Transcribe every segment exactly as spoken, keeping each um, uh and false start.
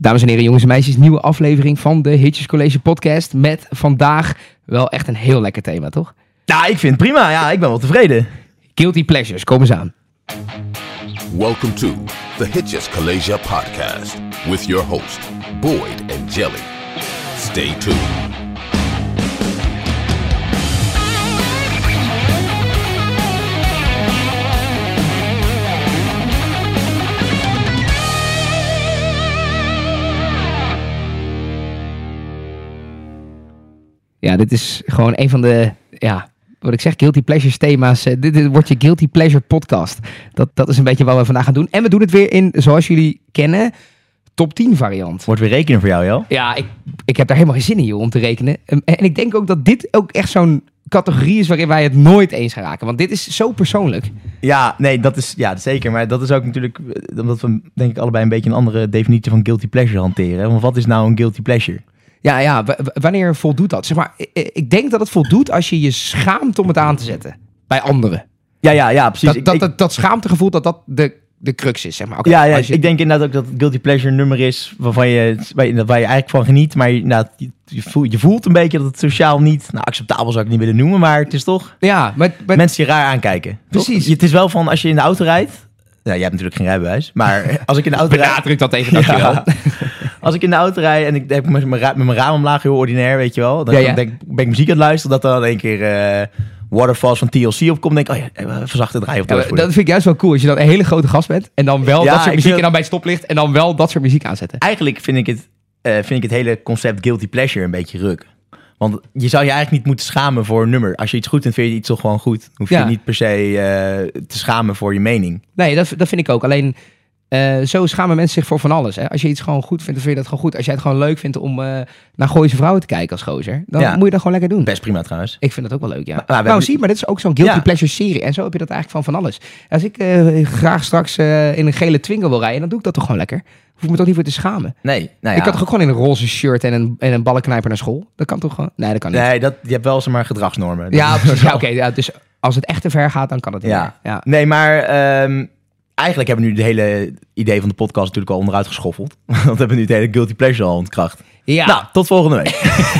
Dames en heren, jongens en meisjes, nieuwe aflevering van de Hitjes College podcast met vandaag wel echt een heel lekker thema, toch? Ja, ik vind het prima. Ja, ik ben wel tevreden. Guilty pleasures, kom eens aan. Welcome to the Hitjes College podcast with your host, Boyd and Jelly. Stay tuned. Ja, dit is gewoon een van de, ja, wat ik zeg, guilty pleasures thema's. Uh, dit, dit wordt je guilty pleasure podcast. Dat, dat is een beetje wat we vandaag gaan doen. En we doen het weer in, zoals jullie kennen, top tien variant. Wordt weer rekenen voor jou, joh. Ja, ik, ik heb daar helemaal geen zin in, joh, om te rekenen. En, en ik denk ook dat dit ook echt zo'n categorie is waarin wij het nooit eens gaan raken. Want dit is zo persoonlijk. Ja, nee, dat is ja, zeker. Maar dat is ook natuurlijk, omdat we denk ik allebei een beetje een andere definitie van guilty pleasure hanteren. Want wat is nou een guilty pleasure? Ja, ja, w- w- wanneer voldoet dat? Zeg maar, ik, ik denk dat het voldoet als je je schaamt om het aan te zetten. Bij anderen. Ja, ja, ja, precies. Dat, Ik- dat, ik- dat, dat schaamtegevoel, dat dat de, de crux is, zeg maar. Okay, ja, ja als je, ik denk inderdaad ook dat het guilty pleasure een nummer is waarvan je, waar je, waar je eigenlijk van geniet. Maar je, nou, je, je, voelt, je voelt een beetje dat het sociaal niet, nou, acceptabel zou ik het niet willen noemen. Maar het is toch, Ja, maar, maar mensen je raar aankijken. toch? Precies. Je- Het is wel van, als je in de auto rijdt. Ja, jij hebt natuurlijk geen rijbewijs. Maar als ik in de auto rijd. benadruk dat even, dankjewel. Ja. Als ik in de auto rijd en ik heb met mijn, ra- met mijn raam omlaag, heel ordinair, weet je wel. Dan Ja, ja. Denk, ben ik muziek aan het luisteren, dat dan in één keer uh, Waterfalls van T L C opkomt. Denk ik, oh ja, even zacht het rijden of Ja, doorspoelen. dat vind ik juist wel cool. Als je dan een hele grote gast bent en dan wel Ja, dat soort ik muziek vind en dan bij het stoplicht en dan wel dat soort muziek aanzetten. Eigenlijk vind ik, het, uh, vind ik het hele concept guilty pleasure een beetje ruk. Want je zou je eigenlijk niet moeten schamen voor een nummer. Als je iets goed vindt, vind je iets toch gewoon goed. Hoef je Ja. niet per se uh, te schamen voor je mening. Nee, dat, dat vind ik ook. Alleen, uh, zo schamen mensen zich voor van alles. Hè? Als je iets gewoon goed vindt, dan vind je dat gewoon goed. Als jij het gewoon leuk vindt om uh, naar Gooise vrouwen te kijken als gozer, dan Ja. moet je dat gewoon lekker doen. Best prima trouwens. Ik vind dat ook wel leuk, ja. Maar- maar we nou, hebben- zie, maar dit is ook zo'n guilty Ja. pleasure serie. En zo heb je dat eigenlijk van van alles. Als ik uh, graag straks uh, in een gele Twingo wil rijden, dan doe ik dat toch gewoon lekker. Hoef ik me toch niet voor te schamen. Nee, nou ja. Ik kan toch ook gewoon in een roze shirt en een, en een ballenknijper naar school? Dat kan toch gewoon? Nee, dat kan niet. Nee, dat, je hebt wel zomaar gedragsnormen. Ja, Dat- precies. Ja, oké. ja, dus als het echt te ver gaat, dan kan het niet Ja. meer. Ja. Nee, maar ehm, eigenlijk hebben we nu het hele idee van de podcast natuurlijk al onderuit geschoffeld. Want we hebben nu het hele guilty pleasure al ontkracht. Ja. Nou, tot volgende week.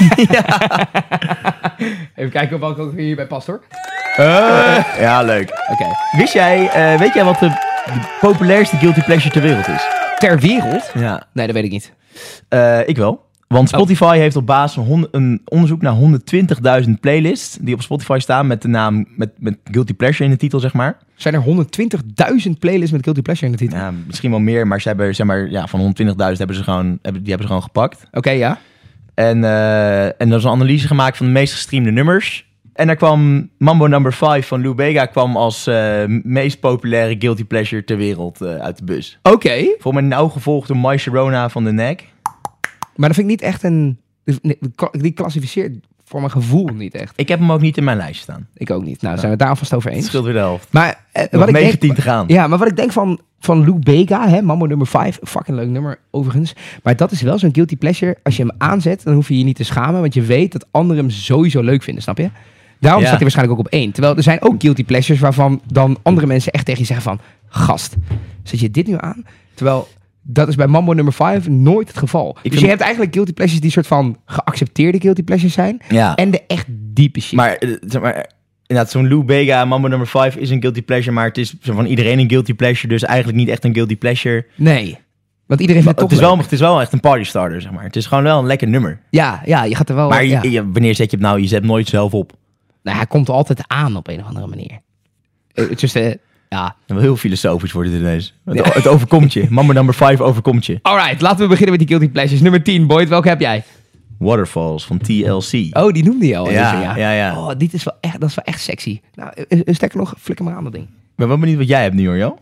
Even kijken of welke ook hierbij past, hoor. Uh, ja, leuk. Oké. Wist jij, eh, weet jij wat de, de populairste guilty pleasure ter wereld is? Ter wereld? Ja. Nee, dat weet ik niet. Uh, ik wel. Want Spotify heeft op basis van hond- een onderzoek naar honderdtwintigduizend playlists die op Spotify staan met de naam, met, met guilty pleasure in de titel, zeg maar. Zijn er honderdtwintigduizend playlists met guilty pleasure in de titel? Ja, misschien wel meer, maar ze hebben, zeg maar, ja, van honderdtwintigduizend hebben ze gewoon, hebben, die hebben ze gewoon gepakt. Oké, ja. En, uh, en er is een analyse gemaakt van de meest gestreamde nummers. En daar kwam Mambo Number vijf van Lou Bega kwam als uh, meest populaire guilty pleasure ter wereld uh, uit de bus. Oké. Volgens mij nauw gevolgd door My Sharona van The Neck. Maar dat vind ik niet echt een... Die klassificeert voor mijn gevoel niet echt. Ik heb hem ook niet in mijn lijst staan. Ik ook niet. Nou, zijn we het daar alvast over Het eens. scheelt weer de helft. Maar eh, Nog wat ik negentien denk, te gaan. Ja, maar wat ik denk van, van Lou Bega, hè, Mambo nummer vijf, fucking leuk nummer overigens. Maar dat is wel zo'n guilty pleasure. Als je hem aanzet, dan hoef je je niet te schamen, want je weet dat anderen hem sowieso leuk vinden, snap je? Daarom Ja. staat hij waarschijnlijk ook op één. Terwijl er zijn ook guilty pleasures waarvan dan andere mensen echt tegen je zeggen van, gast, zet je dit nu aan? Terwijl dat is bij Mambo nummer vijf nooit het geval. dus vind- je hebt eigenlijk guilty pleasures die soort van geaccepteerde guilty pleasures zijn. Ja. En de echt diepe shit. Maar, uh, zeg maar inderdaad, zo'n Lou Bega, Mambo Number vijf is een guilty pleasure, maar het is zo van iedereen een guilty pleasure, dus eigenlijk niet echt een guilty pleasure. nee. Want iedereen vindt het Het toch is, wel, leuk. het is wel echt een party starter, zeg maar. Het is gewoon wel een lekker nummer. Ja, ja, je gaat er wel... Maar je- ja. je- wanneer zet je het nou? Je zet hem nooit zelf op. Nou, hij komt altijd aan op een of andere manier. Eh, Het is dus, eh, ja. Wel heel filosofisch wordt het ineens. Het, Ja. het overkomt je. Mambo Number vijf overkomt je. Alright, laten we beginnen met die guilty pleasures. Nummer tien, Boyd, welke heb jij? Waterfalls van T L C. Oh, die noemde je al. Ja, Dus, ja, ja. Oh, dit is wel echt, dat is wel echt sexy. Nou, eh, eh, sterker nog, flikker maar aan dat ding. Ik ben wel benieuwd wat jij hebt nu hoor, joh.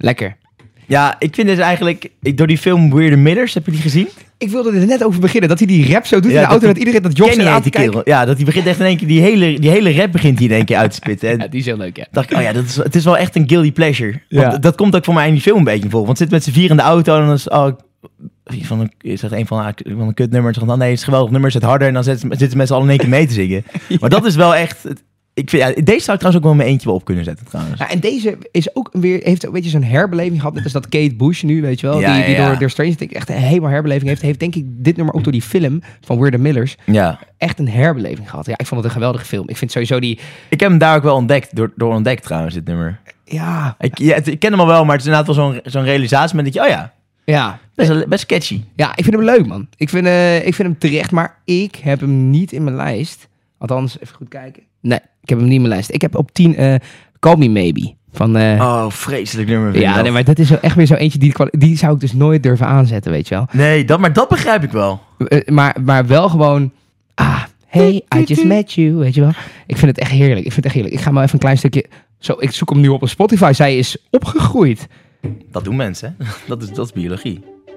Lekker. Ja, ik vind dus eigenlijk... Ik, door die film We're the Millers, heb je die gezien? Ik wilde er net over beginnen. Dat hij die rap zo doet Ja, in de auto. dat Dat iedereen dat Jobs Kenny aan heet te die kijken. kerel. Ja, dat hij begint echt in één keer... Die hele, die hele rap begint hij in één keer uit te spitten. En Ja, die is heel leuk, ja. dacht ik, oh ja, dat is, het is wel echt een guilty pleasure. Ja. Want dat komt ook voor mij in die film een beetje voor. Want het zit met z'n vier in de auto en dan is... Oh, wie van een, is dat een van, ah, van een kutnummer? Dan, nee, het is een geweldig nummer, zet harder. En dan zitten ze met z'n allen in één keer mee te zingen. Ja. Maar dat is wel echt... Ik vind, ja, deze zou ik trouwens ook wel mijn eentje wel op kunnen zetten trouwens. Ja, en deze is ook weer, heeft een beetje zo'n herbeleving gehad. Net als dat Kate Bush nu, weet je wel. Ja, die die ja, ja. door, door Stranger Things echt een helemaal herbeleving heeft. Heeft denk ik dit nummer ook door die film van We're the Millers Ja. echt een herbeleving gehad. Ja, ik vond het een geweldige film. Ik vind sowieso die... Ik heb hem daar ook wel ontdekt, door, door ontdekt trouwens, dit nummer. Ja, Ik, ja, het- ik ken hem al wel, maar het is inderdaad wel zo'n, zo'n realisatie met dat je, oh ja, ja. best, best catchy. Ja, ik vind hem leuk, man. Ik vind, eh, ik vind hem terecht, maar ik heb hem niet in mijn lijst. Althans, even goed kijken. Nee, ik heb hem niet in mijn lijst. Ik heb op tien uh, Call Me Maybe. Van, uh, Oh, vreselijk nummer. vind ik ja, dat. nee, maar dat is wel echt weer zo eentje, die, die zou ik dus nooit durven aanzetten, weet je wel. Nee, dat, maar dat begrijp ik wel. Uh, maar, maar wel gewoon, ah, hey, I just met you, weet je wel. Ik vind het echt heerlijk, ik vind het echt heerlijk. Ik ga maar even een klein stukje, zo, ik zoek hem nu op op Spotify. Zij is opgegroeid. Dat doen mensen, hè? Dat is, dat is biologie.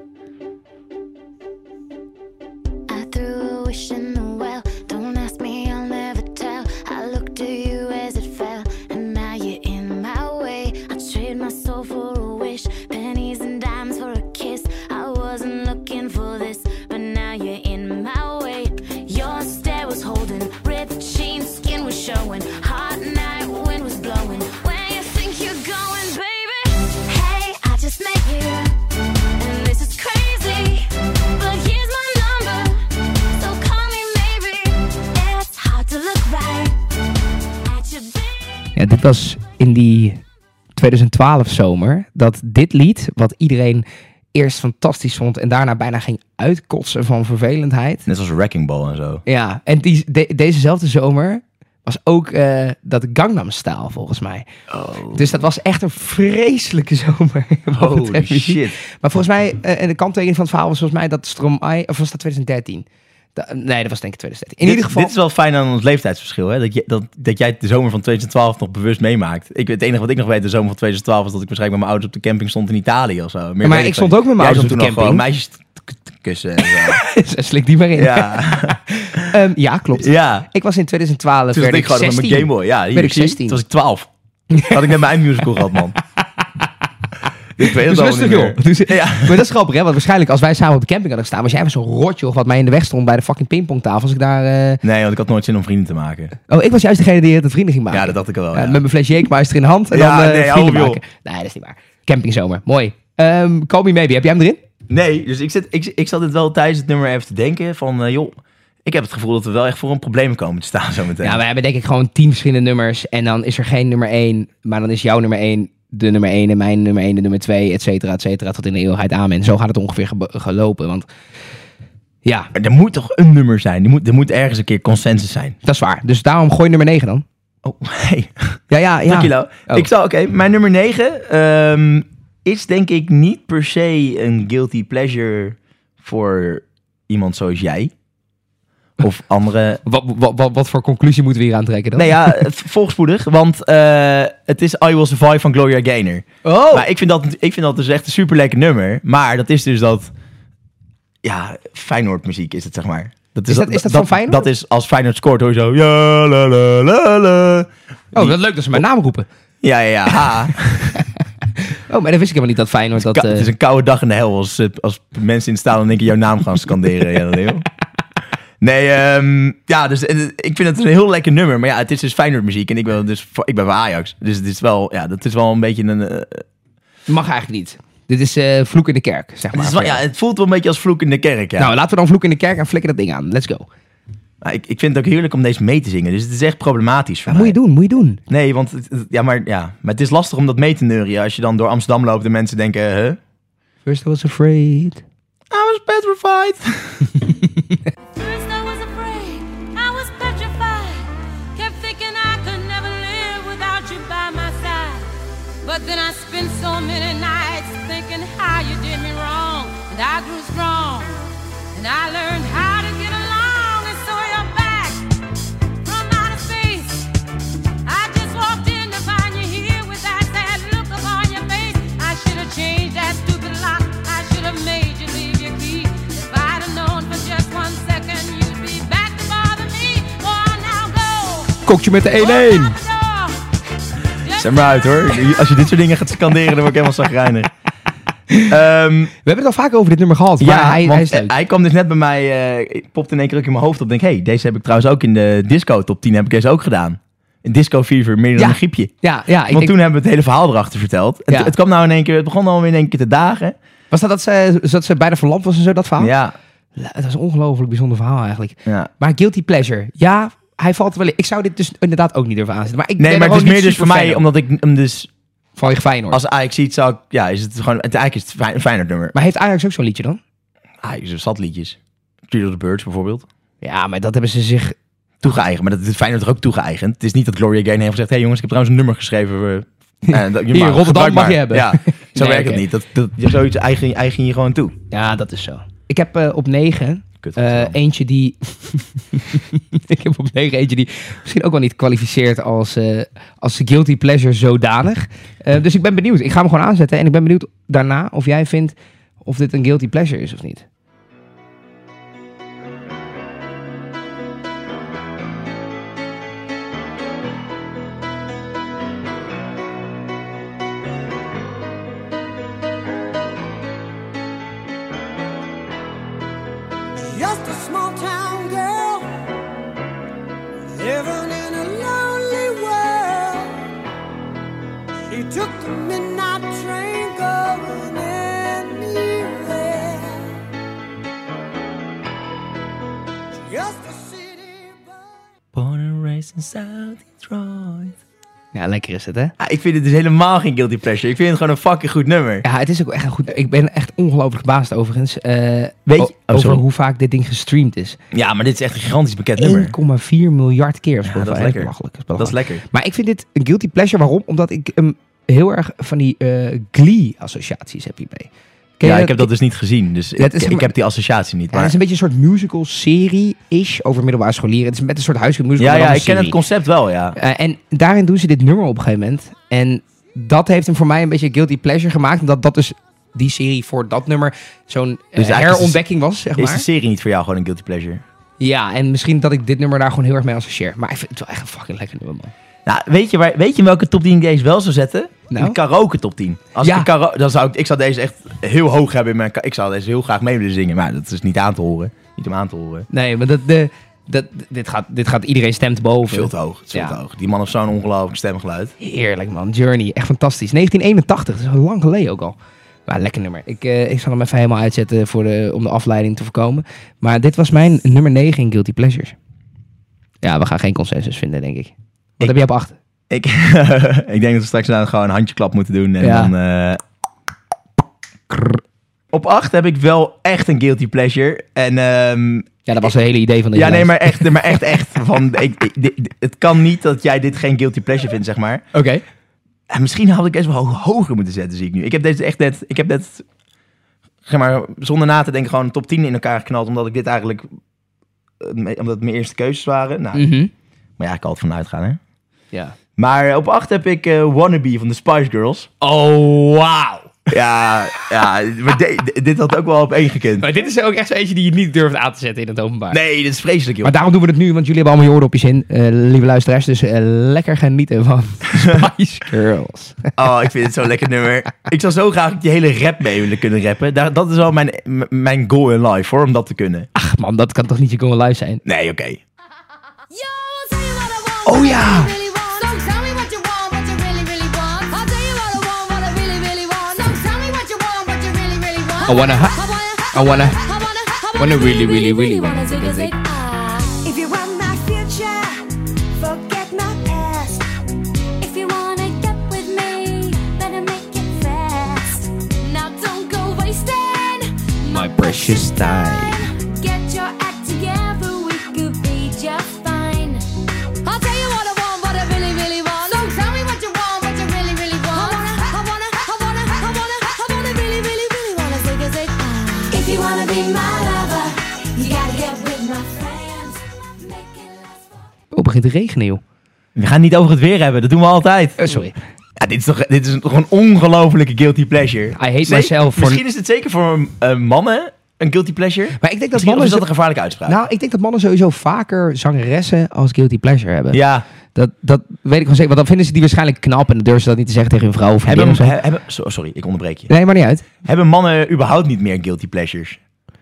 I threw a wish in the well. Don't ask me, I'll never tell. I looked to you as it fell, and now you're in my way. I trade my soul for a wish, pennies and dimes for a kiss. I wasn't looking for this, but now you're in my way. Your stare was holding, ripped jeans, skin was showing. Hot night, wind was blowing. Where you think you're going, baby? Hey, I just met you, and this is crazy, but here's my number, so call me maybe. It's hard to look right at your baby. Ja, dit was in die twintig twaalf zomer, dat dit lied, wat iedereen eerst fantastisch vond en daarna bijna ging uitkotsen van vervelendheid. Net zoals Wrecking Ball en zo. Ja, en die, de- dezezelfde zomer was ook eh, dat Gangnam Style volgens mij. Oh, Dus dat was echt een vreselijke zomer. wat holy betreft muziek. shit. Maar volgens mij, eh, en de kanttekening van het verhaal was volgens mij dat Stromae, of was dat twintig dertien? Da- nee, dat was denk ik twintig dertien. In dit, ieder geval... Dit is wel fijn aan ons leeftijdsverschil, hè? Dat, je, dat, dat jij de zomer van twintig twaalf nog bewust meemaakt. Ik, het enige wat ik nog weet de zomer van twintig twaalf was dat ik waarschijnlijk met mijn ouders op de camping stond in Italië of zo. Meer maar weet ik ik stond van- ook met mijn Jij ouders stond op de toen nog camping. gewoon meisjes te, te kussen en zo. Slik die maar in. ja. Ehm, ja, klopt. ja. Ik was in twintig twaalf, Toen werd was ik ik gewoon nog met zestien. mijn Game Boy. Ja, hier, Werd ik zie je? zestien. Toen was ik twaalf. Had ik net mijn eindmusical gehad, man. Ik weet het Dus al rustig, niet joh. meer. Dus, Ja. Maar dat is grappig, hè? Want waarschijnlijk als wij samen op de camping hadden gestaan, was jij was zo'n rotjoch wat mij in de weg stond bij de fucking pingpongtafel. Als ik daar... eh, Nee, want ik had nooit zin om vrienden te maken. Oh, ik was juist degene die het vrienden ging maken. Ja, dat dacht ik al wel. Ja, Ja. met mijn fles Jeekmeister in de hand en Ja, dan eh, nee, vrienden hou op, joh. maken. Nee, dat is niet waar. Campingzomer, mooi. Um, Call Me Maybe, heb jij hem erin? Nee, dus ik, zit, ik, ik zat het wel tijdens het nummer even te denken van, eh, joh, ik heb het gevoel dat we wel echt voor een probleem komen te staan zo meteen. Ja, we hebben denk ik gewoon tien verschillende nummers en dan is er geen nummer één, maar dan is jouw nummer één de nummer één en mijn nummer één de nummer twee, et cetera, et cetera, tot in de eeuwigheid amen. Zo gaat het ongeveer ge- gelopen, want ja, Maar er moet toch een nummer zijn? Er moet, er moet ergens een keer consensus zijn. dat is waar. Dus daarom gooi nummer negen dan. Oh, hey. Ja, ja, ja. Dankjewel. Oh. Ik zal, oké, mijn nummer negen ehm, is denk ik niet per se een guilty pleasure voor iemand zoals jij. Of andere. Wat, wat, wat, wat voor conclusie moeten we hier aantrekken dan? Nee, ja, volgspoedig. Want eh, het is I Will Survive van Gloria Gaynor. Oh! Maar ik vind, dat, ik vind dat dus echt een super lekker nummer. Maar dat is dus dat... Ja, Feyenoord muziek is het, zeg maar. Dat Is dat- is dat van Feyenoord? Dat is als Feyenoord scoort, hoor je zo... Ja, la, la, la, la. Oh, Die- wat leuk dat ze mijn naam roepen. Ja, ja, ja. Ha. Oh, maar dan wist ik helemaal niet dat Feyenoord dat... Ka- eh, Het is een koude dag in de hel als, eh, als mensen in het stadion in één keer jouw naam gaan scanderen. Ja, Leo. Nee, ehm, ja, dus eh, ik vind het een heel lekker nummer. Maar ja, het is dus Feyenoord muziek en ik ben, dus, voor- ik ben van Ajax. Dus het is wel, ja, dat is wel een beetje een... eh, Mag eigenlijk niet. Dit is eh, vloek in de kerk, zeg het, maar. is wel, ja, het voelt wel een beetje als vloek in de kerk, ja. Nou, laten we dan vloek in de kerk en flikken dat ding aan. Let's go. Maar ik, ik vind het ook heerlijk om deze mee te zingen. Dus het is echt problematisch voor Dat moet mij. je doen, moet je doen. Nee, want het, het- ja, maar, ja, maar het is lastig om dat mee te neurien. Als je dan door Amsterdam loopt en mensen denken... Huh? First I was afraid. I was petrified. First I was afraid, I was petrified. Kept thinking I could never live without you by my side. But then I spent so many nights thinking how you did me wrong. And I grew strong, and I learned how to get along. And so you're back from outer space. I just walked in to find you here with that sad look upon your face. I Kokje met de één-één. Zet maar uit hoor. Als je dit soort dingen gaat scanderen, dan word ik helemaal zagrijnig. Um, We hebben het al vaak over dit nummer gehad. Maar ja, hij, want hij is leuk. hij kwam dus net bij mij, uh, popte in één keer ook in mijn hoofd op. Denk, hé, hey, deze heb ik trouwens ook in de disco top tien, heb ik deze ook gedaan. In Disco Fever, meer dan Ja. een griepje. Ja, ja, ik Want denk, toen hebben we het hele verhaal erachter verteld. Het, Ja. het kwam nou in één keer, het begon alweer in één keer te dagen. was dat dat ze, dat ze bijna verlamd was en zo, dat verhaal? Ja, Het was een ongelooflijk bijzonder verhaal eigenlijk. ja. Maar Guilty Pleasure, ja, hij valt er wel in. Ik zou dit dus inderdaad ook niet durven aanzetten. Maar ik Nee, ben maar er het is gewoon meer niet dus voor super mij, fan omdat ik hem dus, van je Feyenoord. als Ajax ziet, zou ik, ja, is het gewoon, het, eigenlijk is het fijn- een Feyenoord nummer. Maar heeft Ajax ook zo'n liedje dan? Ajax is zat liedjes. Three of the Birds bijvoorbeeld. Ja, maar dat hebben ze zich... Toegeëigend, maar dat is Feyenoord er ook toegeëigend. Het is niet dat Gloria Gaynor heeft gezegd, hé hey jongens, ik heb trouwens een nummer geschreven. Uh, uh, dat, je Hier, mag, Rotterdam gebruik mag maar. je hebben. Ja, zo Nee, werkt oké. het niet. Dat, dat, je zoiets eigen, eigen je gewoon toe. Ja, dat is zo. Ik heb uh, op negen Kut, uh, eentje die... ik heb op negen eentje die misschien ook wel niet kwalificeert als, uh, als Guilty Pleasure zodanig. Uh, dus ik ben benieuwd. Ik ga hem gewoon aanzetten. En ik ben benieuwd daarna of jij vindt of dit een Guilty Pleasure is of niet. Just a small town girl living in a lonely world. She took the midnight train going anywhere. Just a city boy. Born and raised in South Detroit. Ja, lekker is het, hè? Ah, ik vind het dus helemaal geen guilty pleasure. Ik vind het gewoon een fucking goed nummer. Ja, het is ook echt een goed... Ik ben echt ongelooflijk verbaasd overigens. Uh, Weet je- o- oh, over sorry. hoe vaak dit ding gestreamd is. Ja, maar dit is echt een gigantisch bekend nummer. één komma vier miljard keer. op Spotify. dat is lekker. Belachelijk, Dat is lekker. Maar ik vind dit een guilty pleasure. Waarom? Omdat ik hem heel erg van die uh, Glee-associaties heb hiermee. Ken Ja, je ik heb dat dus niet gezien. Dus Ja, het is ik, maar- ik heb die associatie niet. Ja, het Maar... is een beetje een soort musical-serie-ish over middelbare scholieren. Het is met een soort high school musical. Ja, maar ja, dan ik ken een het concept wel, ja. serie. Uh, en daarin doen ze dit nummer op een gegeven moment. En dat heeft hem voor mij een beetje guilty pleasure gemaakt. Omdat dat dus die serie voor dat nummer zo'n uh, Dus eigenlijk is de- herontdekking was, zeg Is maar. de serie niet voor jou gewoon een guilty pleasure? Ja, en misschien dat ik dit nummer daar gewoon heel erg mee associeer. Maar ik vind het wel echt een fucking lekker nummer, man. Nou, weet je, waar, weet je welke top tien deze wel zou zetten? Nou? In de karaoke top tien. Als Ja. ik, een kara- dan zou ik, ik zou deze echt heel hoog hebben in mijn... ka- Ik zou deze heel graag mee willen zingen. Maar dat is niet aan te horen. Niet om aan te horen. Nee, maar dat, de, dat, dit, gaat, dit gaat iedereen stemt boven. Veel te hoog. Het is veel Ja. te hoog. Die man heeft zo'n ongelooflijk stemgeluid. Heerlijk, man. Journey. Echt fantastisch. negentien eenentachtig. Dat is al lang geleden ook al. Maar lekker nummer. Ik, uh, ik zal hem even helemaal uitzetten voor de, om de afleiding te voorkomen. Maar dit was mijn nummer negen in Guilty Pleasures. Ja, we gaan geen consensus vinden, denk ik. Wat Ik- heb je op acht? Ik, ik denk dat we straks nou gewoon een handjeklap moeten doen. En Ja. dan... eh, krrr. Op acht heb ik wel echt een guilty pleasure. En... ehm, Ja, dat was het hele idee van deze ja, nee, lijst. maar echt, maar echt, echt. Van, ik, ik- dit- het kan niet dat jij dit geen guilty pleasure vindt, zeg maar. Oké. En misschien had ik deze wel ho- hoger moeten zetten, zie ik nu. Ik heb deze echt net, ik heb net, zeg maar, zonder na te denken, gewoon een top tien in elkaar geknald. Omdat ik dit eigenlijk, eh, me- omdat het mijn eerste keuzes waren. Nou, Mhm. maar ja, ik kan het vanuit gaan, hè. Ja. Maar op acht heb ik eh, Wannabe van de Spice Girls. Oh, wauw. Ja, ja, maar de- dit had ook wel op één gekund. Maar dit is ook echt zo eentje die je niet durft aan te zetten in het openbaar. Nee, dit is vreselijk, joh. Maar daarom doen we het nu, want jullie hebben allemaal je oordopjes in, eh, lieve luisteraars. Dus eh, lekker genieten van Spice Girls. Oh, ik vind het zo'n lekker nummer. Ik zou zo graag die hele rap mee willen kunnen rappen. Daar, dat is wel mijn, m- mijn goal in life, hoor, om dat te kunnen. Ach man, dat kan toch niet je Go Live zijn? Nee, oké. Yo, I'll tell you what I want. Oh ja. what I really want. So tell me what you want, what you really, really want. I'll tell you what I want, what I really, really want. So tell me what you want, what you really, really want. I wanna ha- I wanna, I wanna- I wanna, I wanna really, really, really wanna wanna zig a zig. Ah. If you want my future, forget my past. If you wanna get with me, better make it fast. Now don't go wasting My precious time. Get your act together, we could be just fine. I'll tell you what I want, what I really, really want. So tell me what you want, what you really, really want. I wanna, I wanna, I wanna, I wanna, I wanna really, really, really wanna zig a zig. Ah. If you wanna be my lover, you gotta get with my friends. Make it last for. Oh, het begint te regenen, joh. We gaan het niet over het weer hebben, dat doen we altijd. Eh, sorry. Ja, dit is toch, dit is toch een ongelofelijke guilty pleasure. I hate Zeker- myself for- Misschien is het zeker voor eh, mannen Een guilty pleasure? Maar ik denk dat Misschien, of mannen... is dat een zo- gevaarlijke uitspraak? Nou, ik denk dat mannen sowieso vaker zangeressen als guilty pleasure hebben. ja. Dat, dat weet ik wel zeker. Want dan vinden ze die waarschijnlijk knap en dan durven ze dat niet te zeggen tegen hun vrouw of vriendin Hebben, of zo. he- hebben, so- sorry, ik onderbreek je. Nee, maar niet uit. Hebben mannen überhaupt niet meer guilty pleasures?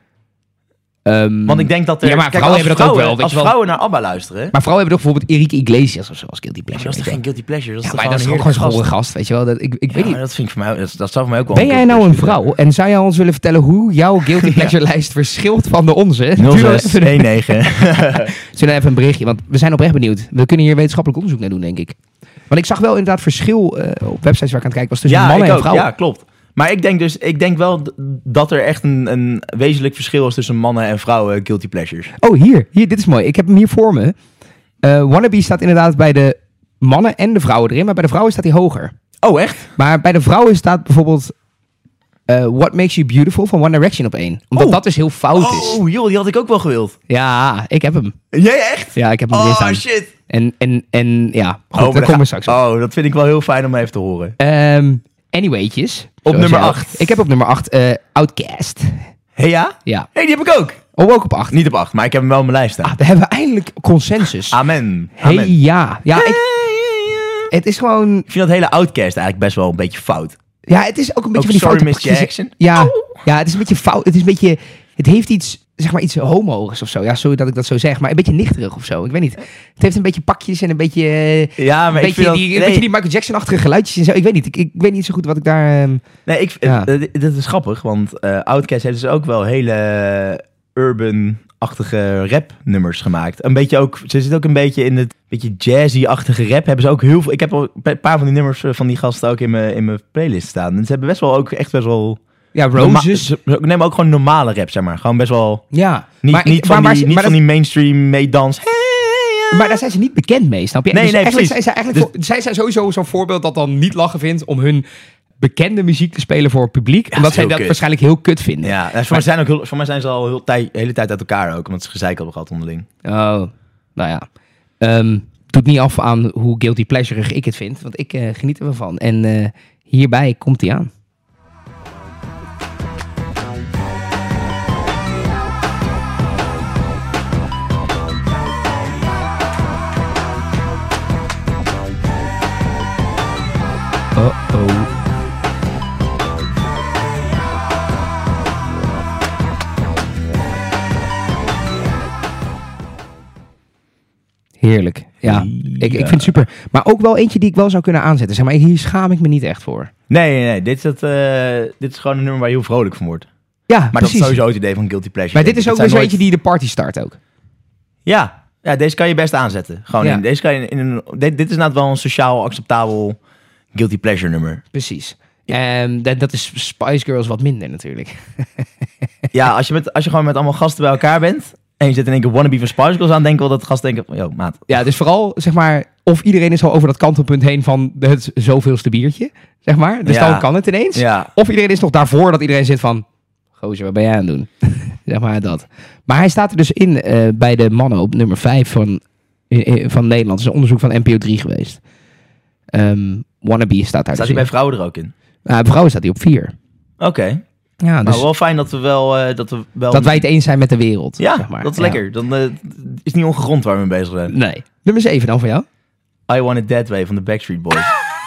Um, Want ik denk dat er... Ja, maar kijk, vrouwen als hebben dat ook vrouwen- wel, weet Als je wel. vrouwen naar ABBA luisteren... Maar vrouwen hebben toch bijvoorbeeld Enrique Iglesias of zo als guilty Ja, pleasure. maar dat is toch weet je geen guilty pleasure? Dat is wel. toch Ja, maar dat is gewoon ook een gewoon een heerlijke gast, weet je wel. Dat, ik ik Ja, weet maar niet. dat vind ik voor mij... Dat, dat zou voor mij ook wel... Ben een jij guilty nou een pleasure vrouw en zou jij ons willen vertellen hoe jouw guilty pleasure lijst verschilt van de onze? zijn. Stuur nul dan zes even- één negen Stuur dan even een berichtje, want we zijn oprecht benieuwd. We kunnen hier wetenschappelijk onderzoek naar doen, denk ik. Want ik zag wel inderdaad verschil uh, op websites waar ik aan het kijken was tussen Ja, mannen ik en ook. vrouwen. Ja, klopt. Maar ik denk dus... Ik denk wel d- dat er echt een, een wezenlijk verschil is tussen mannen en vrouwen guilty pleasures. Oh, hier. hier. Dit is mooi. Ik heb hem hier voor me. Uh, Wannabe staat inderdaad bij de mannen en de vrouwen erin, maar bij de vrouwen staat hij hoger. Oh, echt? Maar bij de vrouwen staat bijvoorbeeld uh, What Makes You Beautiful van One Direction op één. Omdat Oh. dat dus heel fout is. Oh, joh, die had ik ook wel gewild. Ja, ik heb hem. Jij echt? Ja, ik heb hem erin Oh, staan. shit. En, en, en ja, goed, Oh, maar daar dan komen we ga- straks op. Oh, dat vind ik wel heel fijn om even te horen. Um, anywaytjes. Op zoals nummer jij ook. acht. Ik heb op nummer acht uh, Outcast. Hé, ja? Ja. Hé, die heb ik ook. Oh, ook op acht. Niet op acht, maar ik heb hem wel op mijn lijst staan. Ah, we hebben eindelijk consensus. Amen. Hey, Amen. ja. Ja, ik, het is gewoon... Ik vind dat hele Outcast eigenlijk best wel een beetje fout. Ja, het is ook een beetje Ook van die Sorry foute Miss pakjes. Jackson. Ja, ja, het is een beetje fout. Het is een beetje... Het heeft iets, zeg maar iets homo's of zo. Ja, sorry dat ik dat zo zeg, maar een beetje nichterig of zo. Ik weet niet. Het heeft een beetje pakjes en een beetje... eh, Ja, Een maar ik beetje, vind dat... die, een nee, beetje die Michael Jackson-achtige geluidjes en zo. Ik weet niet. Ik, ik weet niet zo goed wat ik daar... ehm, nee, ik, Ja. eh, dit is grappig, want eh Outkast heeft dus ook wel hele urban-achtige rap-nummers gemaakt. Een beetje ook... Ze zit ook een beetje in het beetje jazzy-achtige rap. Hebben ze ook heel veel... Ik heb al een paar van die nummers eh, van die gasten ook in mijn, in mijn playlist staan. En ze hebben best wel ook echt best wel... ja, norma- Roses. Ze ze nemen ook gewoon normale rap, zeg maar. Gewoon best wel... Ja. Niet, maar ik- niet van, maar- maar die, ze- niet maar van dat- die mainstream meedans. Maar daar zijn ze niet bekend mee, snap je? Nee, dus nee, eigenlijk precies. Zijn ze eigenlijk voor- zij zijn sowieso zo'n voorbeeld dat dan niet lachen vindt om hun bekende muziek te spelen voor het publiek. dat omdat is zij heel dat kut. waarschijnlijk heel kut vinden. Ja, en voor, mij zijn ook heel, voor mij zijn ze al heel tij, de hele tijd uit elkaar ook. Omdat ze gezeik hebben gehad onderling. Oh, nou ja. Ehm, doet niet af aan hoe guilty pleasureig ik het vind. Want ik eh, geniet er wel van. En eh, hierbij komt hij aan. Uh-oh. Heerlijk. Ja, Ik, ik vind het super. Maar ook wel eentje die ik wel zou kunnen aanzetten. Zeg maar, hier schaam ik me niet echt voor. Nee, nee, nee. Dit is, het, eh, dit is gewoon een nummer waar je heel vrolijk van wordt. Ja, Maar precies. dat is sowieso het idee van Guilty Pleasure. Maar dit is Het ook zijn weer zo nooit- eentje die de party start ook. Ja, ja, deze kan je best aanzetten. Gewoon Ja. in, deze kan je in een, dit, dit is nou wel een sociaal acceptabel Guilty Pleasure nummer. Precies. En dat, dat is Spice Girls wat minder natuurlijk. Ja, als je, met, als je gewoon met allemaal gasten bij elkaar bent... en je zet in één keer Wannabe van Spice Girls aan... denken wel dat de gasten denken van... Yo, maat. Ja, dus vooral, zeg maar, of iedereen is al over dat kantelpunt heen van het zoveelste biertje, zeg maar. Dus Ja. dan kan het ineens. Ja, Of iedereen is nog daarvoor dat iedereen zit van, gozer, wat ben jij aan het doen? zeg maar dat. Maar hij staat er dus in eh, bij de mannen op nummer vijf van, eh, eh, van Nederland. Het is een onderzoek van N P O drie geweest. Um, Wannabe staat daar staat dus hij bij in. vrouwen er ook in? Nou, bij vrouwen staat hij op vier. Oké. Ja, dus Nou, wel fijn dat we wel... eh, dat, we wel dat wij het eens zijn met de wereld. Ja, zeg maar. dat is Ja. lekker. Dan eh, is niet ongegrond waar we mee bezig zijn. Nee. Nummer zeven dan voor jou? I Want It That Way van de Backstreet Boys.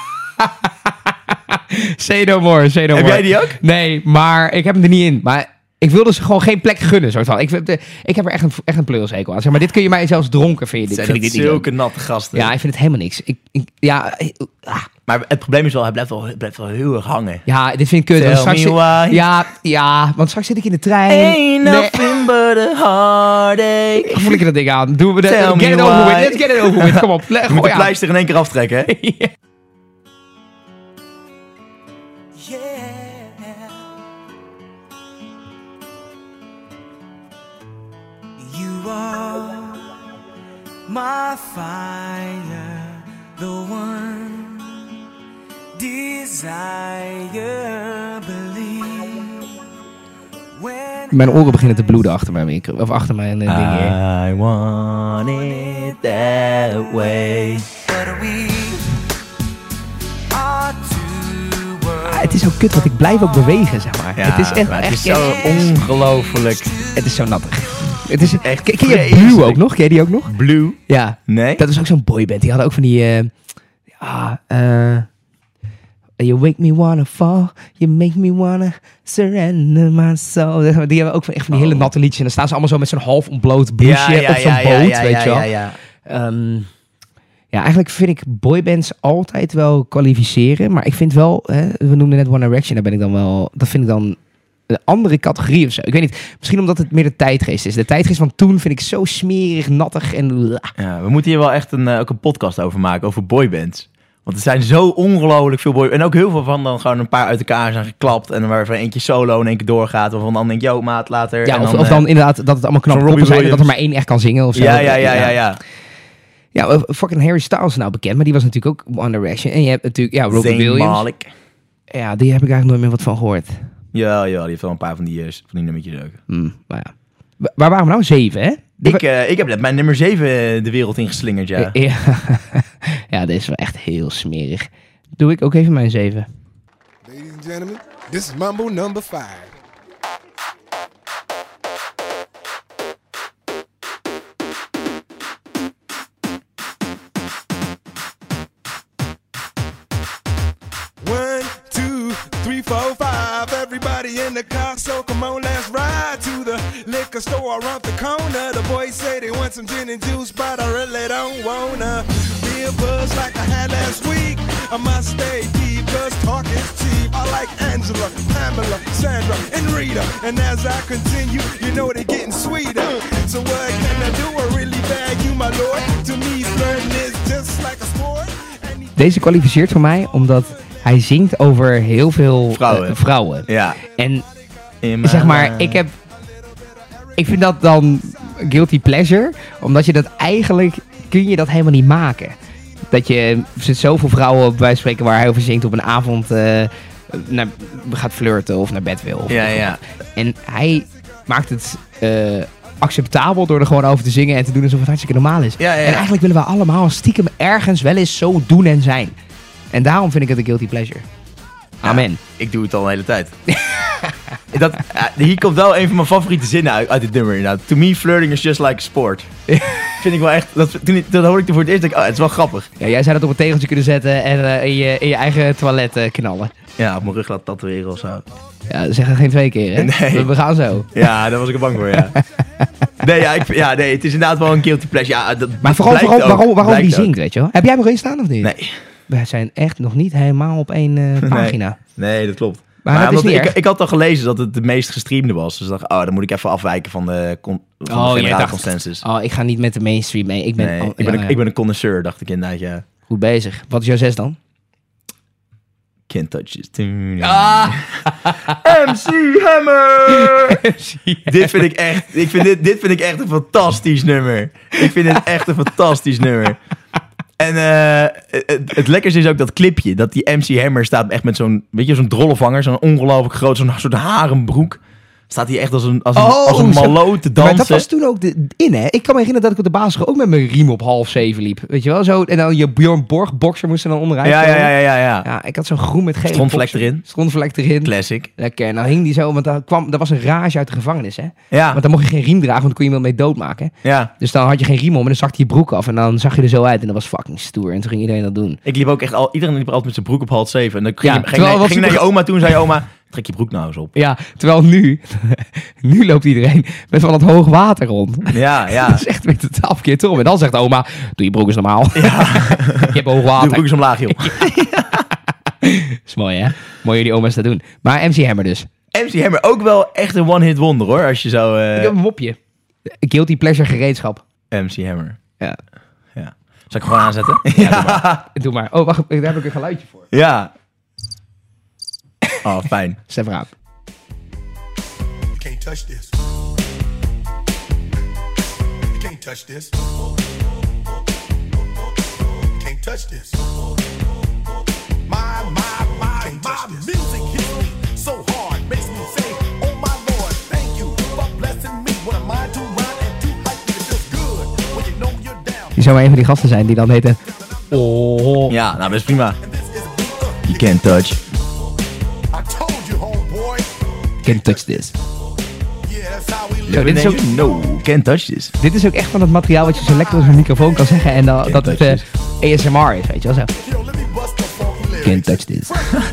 Say no more, say no Heb more. jij die ook? Nee, maar ik heb hem er niet in. Maar ik wilde ze gewoon geen plek gunnen. Soort van. Ik, heb de- ik heb er echt een, echt een pleurishekel aan. Zeg maar, dit kun je mij zelfs dronken vind je dit. Zijn Vind ik dat dit niet zulke leuk. natte gasten. Ja, ik vind het helemaal niks. Ik, ik, ja, eh, ah, Maar het probleem is wel, hij blijft wel, hij blijft wel heel erg hangen. ja, dit vind ik kut. Tell Want straks me zit- why. Ja, ja, want straks zit ik in de trein. Ain't Nee. nothing but a heartache. Voel ik er dat ding aan. Doen we de, Tell get me it over why. with. Let's get it over with. Kom op. Le- Je moet gooi de aan. pleister in één keer aftrekken, hè? Yeah. You are my fire, the one desire, believe. When Mijn oren beginnen te bloeden achter mijn micro. Of achter mijn uh, ding hier. I want it that way. But we are two worlds. Ah, het is ook kut, want ik blijf ook bewegen, zeg maar. Ja, het is echt, maar het echt is zo ongelooflijk. Het is zo nattig. Het is echt ken, ken je vreselijk. Blue ook nog? Ken je die ook nog? Blue? Ja. Nee? Dat is ook zo'n boyband. Die hadden ook van die... eh ja, eh... You make me wanna fall, you make me wanna surrender my soul. Die hebben ook van, echt van die Oh. hele natte liedjes. En dan staan ze allemaal zo met zo'n half ontbloot blouseje op zo'n ja, boot, ja, weet ja, je wel. ja, ja. Ehm, ja, eigenlijk vind ik boybands altijd wel kwalificeren. Maar ik vind wel, hè, we noemden net One Direction, daar ben ik dan wel, dat vind ik dan een andere categorie of zo. Ik weet niet, misschien omdat het meer de tijdgeest is. De tijdgeest van toen vind ik zo smerig, nattig en... Ja, we moeten hier wel echt een, uh, ook een podcast over maken, over boybands. Want er zijn zo ongelooflijk veel boybands. En ook heel veel van dan gewoon een paar uit elkaar zijn geklapt. En waarvan eentje solo in één keer doorgaat. Waarvan dan denkt, yo maat, later. Ja, en of, dan, of dan uh, inderdaad dat het allemaal knappe zo'n koppen Robbie zijn en dat er maar Williams. één echt kan zingen of zo. ja, ja, ja, ja, ja. Ja, uh, fucking Harry Styles is nou bekend, maar die was natuurlijk ook One Direction. En je hebt natuurlijk, ja, Robbie Zayn Williams. Malik. Ja, die heb ik eigenlijk nooit meer wat van gehoord. Ja, ja, die heeft wel een paar van die, uh, van die nummertjes ook. Hmm, maar ja. Wa- Waar waren we nou? Zeven, hè? De- Ik, uh, ik heb net mijn nummer zeven de wereld ingeslingerd, ja. Ja, ja, dit is wel echt heel smerig. Doe ik ook even mijn zeven. Ladies and gentlemen, this is Mambo number five. One, two, three, four, five. Everybody in the car, so come on, let's ride to the liquor store around the corner. The boys say they want some gin and juice, but I really don't wanna be a buzz like I had last week. I must stay deep, cause talk is cheap. I like Angela, Pamela, Sandra, and Rita. And as I continue, you know they're getting sweeter. So what can I do? I really bag you, my lord. To me, flirting is just like a sport. Deze kwalificeert voor mij omdat hij zingt over heel veel Vrouwen. eh, vrouwen. Ja. En In my zeg maar, life. ik heb... Ik vind dat dan guilty pleasure, omdat je dat eigenlijk... kun je dat helemaal niet maken. Dat je... Er zitten zoveel vrouwen, bij wijze van spreken, waar hij over zingt op een avond... eh, naar, gaat flirten of naar bed wil. Of Ja, of- ja. En hij maakt het eh, acceptabel door er gewoon over te zingen en te doen alsof het hartstikke normaal is. Ja, ja, ja. En eigenlijk willen we allemaal stiekem ergens wel eens zo doen en zijn. En daarom vind ik het een guilty pleasure. Amen. Ik doe het al de hele tijd. dat, ja, hier komt wel een van mijn favoriete zinnen uit, uit dit nummer inderdaad. To me, flirting is just like a sport. Vind ik wel echt... Dat, toen, ik- dat hoorde ik toen voor het eerst. Dacht ik, oh, het is wel grappig. Ja, jij zou dat op een tegeltje kunnen zetten en eh, in, je, in je eigen toilet eh, knallen. Ja, op mijn rug laten tatoeëren of zo. Ja, zeg het geen twee keer, hè? Nee. We, we gaan zo. Ja, daar was ik er bang voor, ja. Nee, ja, ik, ja, nee, het is inderdaad wel een guilty pleasure. Ja, dat, Maar dat vooral, blijkt vooral ook, waarom, waarom die blijkt ook. zingt, weet je wel? Heb jij hem erin staan of niet? Nee, We zijn echt nog niet helemaal op één eh, pagina. nee, dat klopt. Maar Maar, dat is omdat niet ik, erg. ik had al gelezen dat het de meest gestreamde was. Dus ik dacht, oh, dan moet ik even afwijken van de, con, van Oh, de jij generale dacht- consensus. Oh, ik ga niet met de mainstream mee. Ik ben, Nee, oh, ik, ben ja, een, ja. ik ben een connoisseur, dacht ik inderdaad, ja. Goed bezig. Wat is jouw zes dan? Can't touch this tune. Ah! M C Hammer! dit vind ik echt, ik vind dit, dit vind ik echt een fantastisch nummer. Ik vind dit echt een fantastisch nummer. En eh, het, het lekkerste is ook dat clipje, dat die M C Hammer staat echt met zo'n, weet je, zo'n drollenvanger, zo'n ongelooflijk groot, zo'n soort harenbroek. Staat hij echt als een, als een, Oh, als een zo- maloot te Maar dansen. dat was toen ook de, in, hè? Ik kan me herinneren dat ik op de basisschool ook met mijn riem op half zeven liep. Weet je wel? Zo, en dan je Bjorn Borg boxer moest er dan onderuit ja, ja, komen. ja, ja, ja, ja. Ja, ik had zo'n groen met gele Strontvlek boxer. erin. Strontvlek erin. Classic. Lekker. Nou hing die zo, want daar kwam, dat was een rage uit de gevangenis, hè? Ja, Want dan mocht je geen riem dragen, want dan kon je iemand mee doodmaken. ja. Dus dan had je geen riem om en dan zakte je broek af en dan zag je er zo uit en dat was fucking stoer. En toen ging iedereen dat doen. Ik liep ook echt al, iedereen liep er altijd met zijn broek op half zeven. En dan ging, Ja, je, ging, terwijl je- wat ging je naar je super- oma toe en zei je oma, trek je broek nou eens op. Ja, terwijl nu, nu loopt iedereen met van het hoog water rond. Ja, ja. Dat is echt weer totaal verkeerd om. En dan zegt oma, doe je broek eens normaal. Ja. Je hebt hoog Doe water. je broek eens omlaag, joh. is mooi, hè? Mooi jullie oma's dat doen. Maar M C Hammer dus. M C Hammer, ook wel echt een one-hit wonder, hoor. Als je zo... eh, Ik heb een mopje. Guilty pleasure gereedschap. M C Hammer. Ja. Ja. Zal ik hem gewoon aanzetten? Ja, doe maar. Doe maar. Oh, wacht. Daar heb ik een geluidje voor. Ja. Oh, fijn. Zet maar aan. You can't touch this. You can't touch this. You can't touch this. My, my, my, my music hits me so hard, makes me say, oh my Lord, thank you for blessing me. What am I to rhyme and to hype? It feels good when you know you're down. Die zou maar een van die gasten zijn die dan heten... Oh. Ja, nou, dat is prima. And this is a beat up. You can't touch. Can't touch this. Zo, dit is ook- No, can't touch this. Dit is ook echt van het materiaal wat je zo lekker op een microfoon kan zeggen. En dan, dat het touch eh, A S M R is, weet je wel zo. Can't touch this.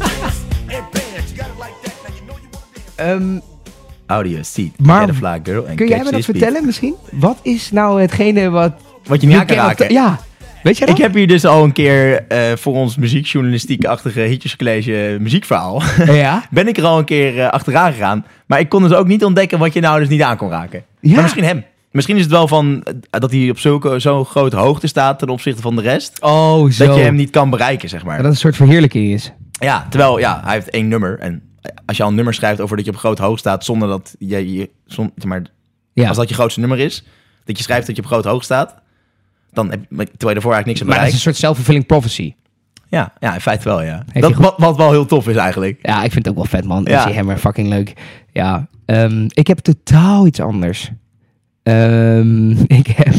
Ehm, Audio, seat, Maar get a fly girl and kun jij catch me dat this beat. vertellen misschien? Wat is nou hetgene wat... Wat je niet aan kan cannot- raken. Ja, weet je dat? Ik heb hier dus al een keer eh, voor ons muziekjournalistiek-achtige Hitjescollege muziekverhaal. Ja? ben ik er al een keer eh, achteraan gegaan. Maar ik kon dus ook niet ontdekken wat je nou dus niet aan kon raken. Ja. Maar misschien hem. Misschien is het wel van eh, dat hij op zulke, zo'n grote hoogte staat ten opzichte van de rest. Oh, zo. Dat je hem niet kan bereiken, zeg maar. Dat het een soort verheerlijking is. Ja, terwijl ja, hij heeft één nummer. En als je al een nummer schrijft over dat je op groot hoog staat zonder dat je... je zon, zeg maar, Ja. Als dat je grootste nummer is, dat je schrijft dat je op groot hoog staat, dan heb je, terwijl je ervoor eigenlijk niks hebt Maar dat is bereikt. een soort self-fulfilling prophecy. Ja, ja, in feite wel, ja. je Dat, goed- wat, wat wel heel tof is eigenlijk. Ja, ik vind het ook wel vet, man. Ja. Ik zie Hammer fucking leuk. Ja, ehm, ik heb totaal iets anders. Ehm, ik heb...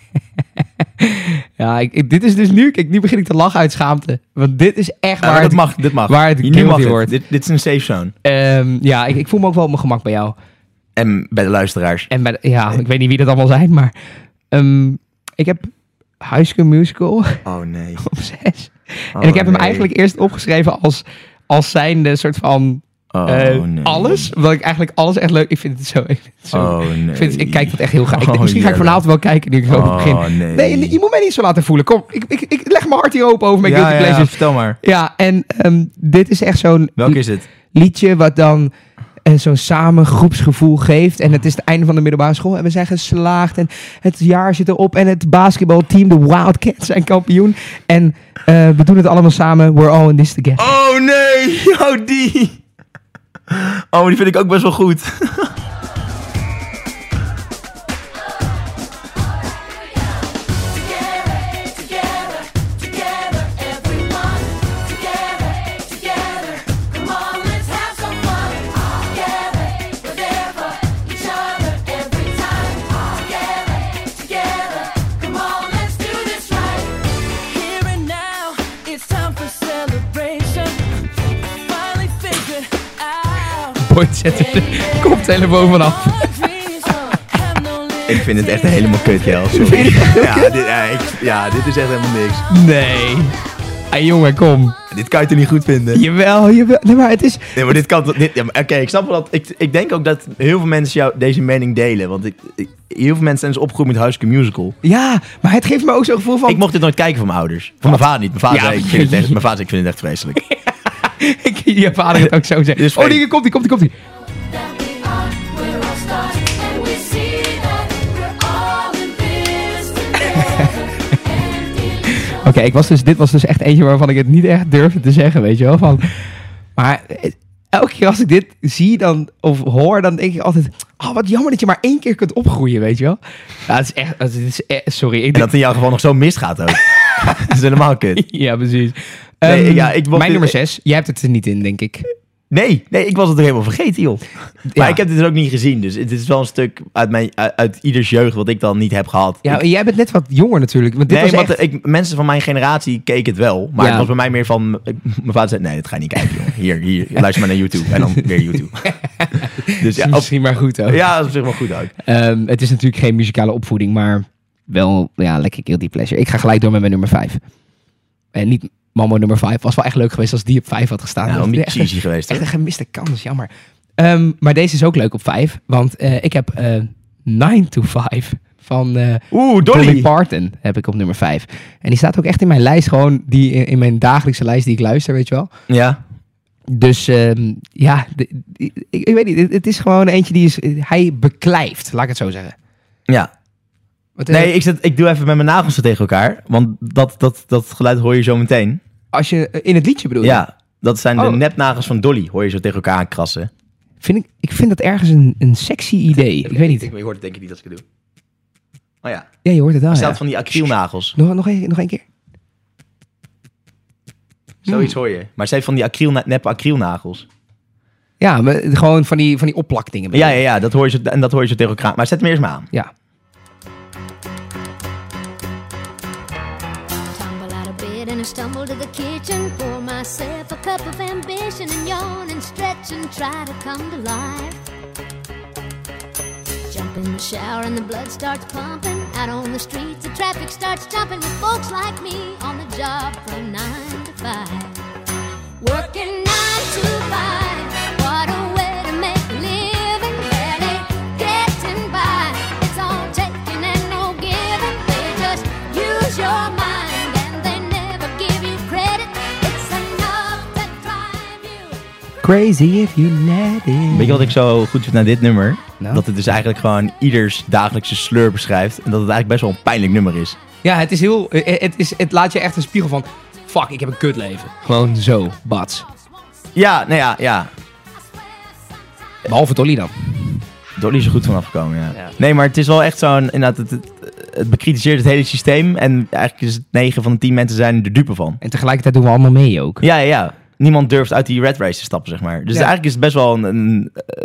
ja, ik, ik- dit is dus nu... Kijk, nu begin ik te lachen uit schaamte. Want dit is echt Ja, waar... maar het- dit mag, dit mag. waar het Hier, nu guilty mag het. wordt. Dit, dit is een safe zone. Ehm, ja, ik, ik voel me ook wel op mijn gemak bij jou. En bij de luisteraars. En bij de- ja, ik weet niet wie dat allemaal zijn, maar... ehm, ik heb High School Musical Oh nee. op zes. Oh, en ik heb hem nee. eigenlijk eerst opgeschreven als, als zijnde soort van... Oh eh, nee. alles. Omdat ik eigenlijk alles echt leuk... Ik vind het zo... Ik, vind het zo Oh nee. ik, vind, ik kijk dat echt heel graag. Ik, Oh, misschien ga ik Jelle. vanavond wel kijken nu ik zo Oh, begin. nee. Nee, je moet mij niet zo laten voelen. Kom, ik, ik, ik leg mijn hart hier open over mijn Ja, guilty ja, ja, pleasures. vertel maar. Ja, en ehm, dit is echt zo'n Welke is het? liedje wat dan eh, zo'n samen groepsgevoel geeft. En het is het einde van de middelbare school. En we zijn geslaagd. En het jaar zit erop. En het basketbalteam, de Wildcats, zijn kampioen. En eh, we doen het allemaal samen. We're all in this together. Oh nee. Oh die. Oh, die vind ik ook best wel goed. Here and now, it's time for celebration. Finally figured out. Boyd zet er de koptelefoon vanaf. Ik vind het echt helemaal kut, Jel. Sorry. Ja, dit, ja, ik, ja, dit is echt helemaal niks. Nee. Hey, jongen, kom. Dit kan je toch niet goed vinden? Jawel, jawel. Nee, maar het is... Nee, maar dit kan toch... dit- Ja, maar Oké, ik snap wel dat... Ik, ik denk ook dat heel veel mensen jou deze mening delen. Want ik, ik- heel veel mensen zijn dus opgegroeid met High School Musical. Ja, maar het geeft me ook zo'n gevoel van... Ik mocht dit nooit kijken van mijn ouders. Van mijn vader niet. Mijn vader, Ja, zei, ik vind het echt, mijn vader zei, ik vind het echt vreselijk. ik je vader het ook zo zeggen. Dit is Oh, fake. die komt die, komt die, komt die. Oké, ik was dus, dit was dus echt eentje waarvan ik het niet echt durfde te zeggen, weet je wel. Van, maar eh, elke keer als ik dit zie dan, of hoor, dan denk ik altijd... Oh, wat jammer dat je maar één keer kunt opgroeien, weet je wel. Ja, het is echt... Het is echt sorry. Ik En denk, dat in jouw geval nog zo misgaat ook. Dat is helemaal kut. ja, precies. Nee, Ehm, ja, ik mocht mijn dit- nummer zes. Jij hebt het er niet in, denk ik. Nee, nee, ik was het er helemaal vergeten, joh. Maar Ja. ik heb dit dus ook niet gezien. Dus het is wel een stuk uit, mijn, uit, uit ieders jeugd wat ik dan niet heb gehad. Ja, Ik- jij bent net wat jonger natuurlijk. Want dit nee, was want echt... ik, mensen van mijn generatie keken het wel. Maar Ja. het was bij mij meer van... ik- Mijn vader zei, nee, dat ga je niet kijken, joh. Hier, hier, luister maar naar YouTube. En dan weer YouTube. Dus ja, op, misschien maar goed ook. ja, dat is op zich wel goed ook. Ehm, het is natuurlijk geen muzikale opvoeding, maar wel ja, lekker guilty pleasure. Ik ga gelijk door met mijn nummer vijf. En niet Mambo nummer vijf. Was wel echt leuk geweest als die op vijf had gestaan. Ja, Dat wel is niet echt, cheesy geweest, echt hoor. een gemiste kans, jammer. Ehm, maar deze is ook leuk op vijf, want eh, ik heb eh nine to five van eh, Oeh, Dolly. Dolly. Parton heb ik op nummer vijf. En die staat ook echt in mijn lijst, gewoon die, in mijn dagelijkse lijst die ik luister, weet je wel. Ja. Dus ehm, ja, de- die- ik, ik weet niet, het, het is gewoon eentje die is, hij beklijft, laat ik het zo zeggen. Ja. Wat, eh, Nee, ik, zet, ik doe even met mijn nagels zo tegen elkaar. Want dat, dat, dat geluid hoor je zo meteen. Als je eh, in het liedje bedoelt. Ja, dat zijn de Oh. nepnagels van Dolly. Hoor je zo tegen elkaar aankrassen. Vind ik, ik vind dat ergens een, een sexy idee. Ik weet niet. Je hoort het denk ik niet als ik het doe. Oh ja. Ja, je hoort het wel. Er Ja. staat van die acrylnagels. Nog, nog, een, nog een keer. Zoiets hoor je. Maar ze heeft van die acryl, nep acrylnagels. Ja, maar gewoon van die, van die opplakdingen. Ja, ja, ja. Dat hoor je zo, en dat hoor je zo tegen elkaar. Maar zet hem eerst maar aan. Ja. Tumble out of bed and and stumble to the kitchen, pour myself a cup of ambition and yawn and stretch and try to come to life. Jump in the shower and the blood starts pumping. Out on the streets, the traffic starts jumping with folks like me on the job from nine to five. Working nine to five, what a way to make a living. Barely getting by, it's all taking and no giving. They just use your mind and they never give you credit. It's enough to drive you Crazy if you let it. Weet je wat ik zo goed vind aan dit nummer? Nou? Dat het dus eigenlijk gewoon ieders dagelijkse sleur beschrijft. En dat het eigenlijk best wel een pijnlijk nummer is. Ja, het is heel... Het, is, het laat je echt een spiegel van... Fuck, ik heb een kutleven. Gewoon zo, bats. Ja, nou ja, ja. Behalve Dolly dan. Dolly is er goed vanaf gekomen, ja. Ja. Nee, maar het is wel echt zo'n... Inderdaad, het, het, het bekritiseert het hele systeem. En eigenlijk is het negen van de tien mensen zijn er dupe van. En tegelijkertijd doen we allemaal mee ook. Ja, ja, ja. Niemand durft uit die red race te stappen, zeg maar. Dus Ja. eigenlijk is het best wel een... een uh,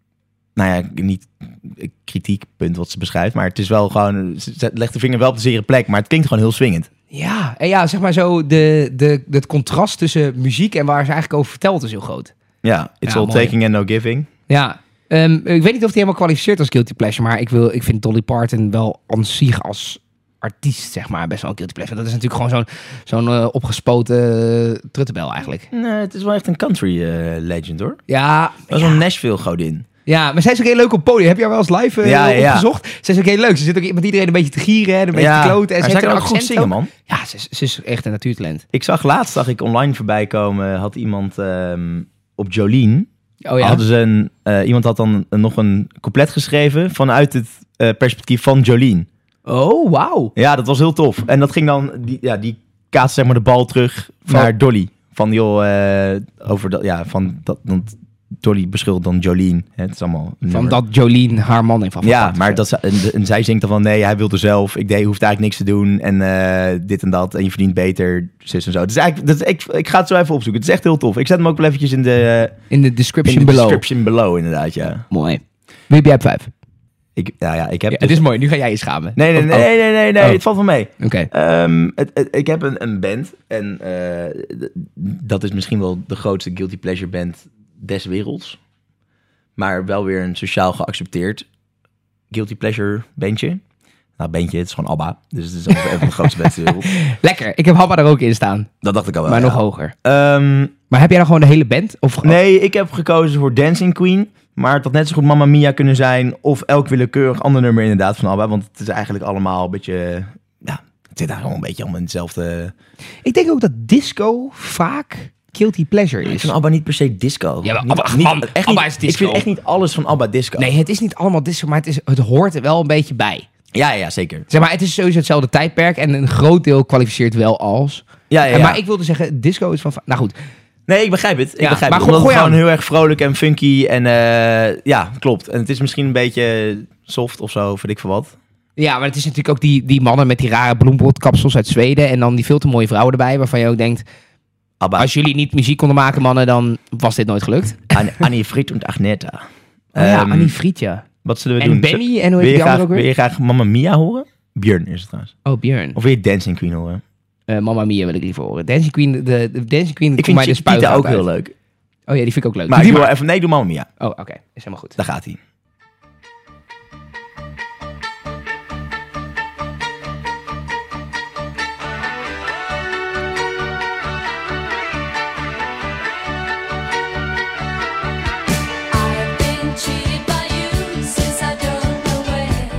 nou ja, niet een kritiekpunt wat ze beschrijft. Maar het is wel gewoon... Ze legt de vinger wel op de zere plek. Maar het klinkt gewoon heel swingend. Ja, en ja, zeg maar zo... De, de, het contrast tussen muziek en waar ze eigenlijk over vertelt is heel groot. Ja, it's Ja, all mooi. taking and no giving. Ja, um, ik weet niet of hij helemaal kwalificeert als guilty pleasure, maar ik, wil, ik vind Dolly Parton wel aan zich als artiest, zeg maar, best wel een guilty pleasure. Dat is natuurlijk gewoon zo'n zo'n uh, opgespoten uh, truttebel eigenlijk. Nee, het is wel echt een country uh, legend, hoor. Ja, Dat is ja, een Nashville-godin. ja, maar zij is ook heel leuk op podium. Heb je haar wel eens live uh, Ja, ja. opgezocht? Zij is ook heel leuk. Ze zit ook met iedereen een beetje te gieren en een beetje Ja, te kloten. En maar ze zij heeft kan een ook goed accent zingen, man. Ja, ze is, ze is echt een natuurtalent. Ik zag laatst, zag ik online voorbij komen, had iemand um, op Jolene... Oh ja? Hadden ze een, uh, iemand had dan een, nog een couplet geschreven vanuit het uh, perspectief van Jolene. Oh, wauw. Ja, dat was heel tof. En dat ging dan, die, ja, die kaatst zeg maar de bal terug Van- naar Dolly. Van joh, uh, over dat, ja, van dat, want Dolly beschuldigt dan Jolene. Hè, het is allemaal een Van nummer. dat Jolene haar man heeft Ja, afgepakt. maar dat, ze- en, en zij zingt dan van nee, hij wilde zelf. Ik deed, hoeft eigenlijk niks te doen. En uh, dit en dat. En je verdient beter, zus en zo. Dus eigenlijk, dat is, ik, ik ga het zo even opzoeken. Het is echt heel tof. Ik zet hem ook wel eventjes in de, In de in description de below. description below, inderdaad, ja. Mooi. Wie heb jij op vijf? Ik, ja, ja, ik heb Ja, dus- het is mooi, nu ga jij je schamen. Nee, nee, Oh, nee, nee, nee, nee, Oh. het valt wel mee. oh, Oké. Ehm, het, het- ik heb een, een band en eh, d- dat is misschien wel de grootste guilty pleasure band des werelds. Maar wel weer een sociaal geaccepteerd guilty pleasure bandje. Nou, bandje, het is gewoon ABBA. Dus het is ook een van de grootste bands ter wereld. Lekker. Ik heb Habba er ook in staan, Dat dacht ik al wel, maar ja. nog hoger. Ehm, Maar heb jij dan gewoon de hele band? Of nee, ik heb gekozen voor Dancing Queen. Maar het had net zo goed Mamma Mia kunnen zijn. Of elk willekeurig ander nummer inderdaad van ABBA. Want het is eigenlijk allemaal een beetje... Ja, het zit daar gewoon een beetje allemaal in hetzelfde... Ik denk ook dat disco vaak guilty pleasure Ik is. vind ABBA niet per se disco. Ja, maar Niet- ABBA- niet- man, echt ABBA niet- is disco. Ik vind echt niet alles van ABBA disco. Nee, het is niet allemaal disco, maar het, is, het hoort er wel een beetje bij. Ja, ja, zeker. Zeg maar, het is sowieso hetzelfde tijdperk en een groot deel kwalificeert wel als. Ja, ja, En ja. maar ik wilde zeggen, disco is van... Nou goed, Nee, ik begrijp het. Ik Ja, begrijp maar het. go- Omdat het gooi gewoon aan. heel erg vrolijk en funky en eh, ja, klopt. En het is misschien een beetje soft of zo, vind ik voor wat. ja, maar het is natuurlijk ook die, die mannen met die rare bloembotkapsels uit Zweden en dan die veel te mooie vrouwen erbij, waarvan je ook denkt, ABBA, als jullie niet muziek konden maken, mannen, dan was dit nooit gelukt. An- Annie Fried en Agneta. Oh ja, Ehm, Annie Fried, ja. Wat zullen we En doen? Benny, en hoe wil, heet je die graag, andere ook wil weer? je graag Mamma Mia horen? Björn is het trouwens. Oh, Björn. Of wil je Dancing Queen horen? Uh, Mamma Mia wil ik liever horen. Dancing Queen, de, de Dancing Queen Ik komt vind mij de Chiquita spuigaat ook uit. heel leuk. Oh ja, die vind ik ook leuk. Maar Doe ik die doe maar. even, nee, doe Mamma Mia. Oh, oké. Is helemaal goed. Daar gaat hij. I've been cheated by you since I don't know when.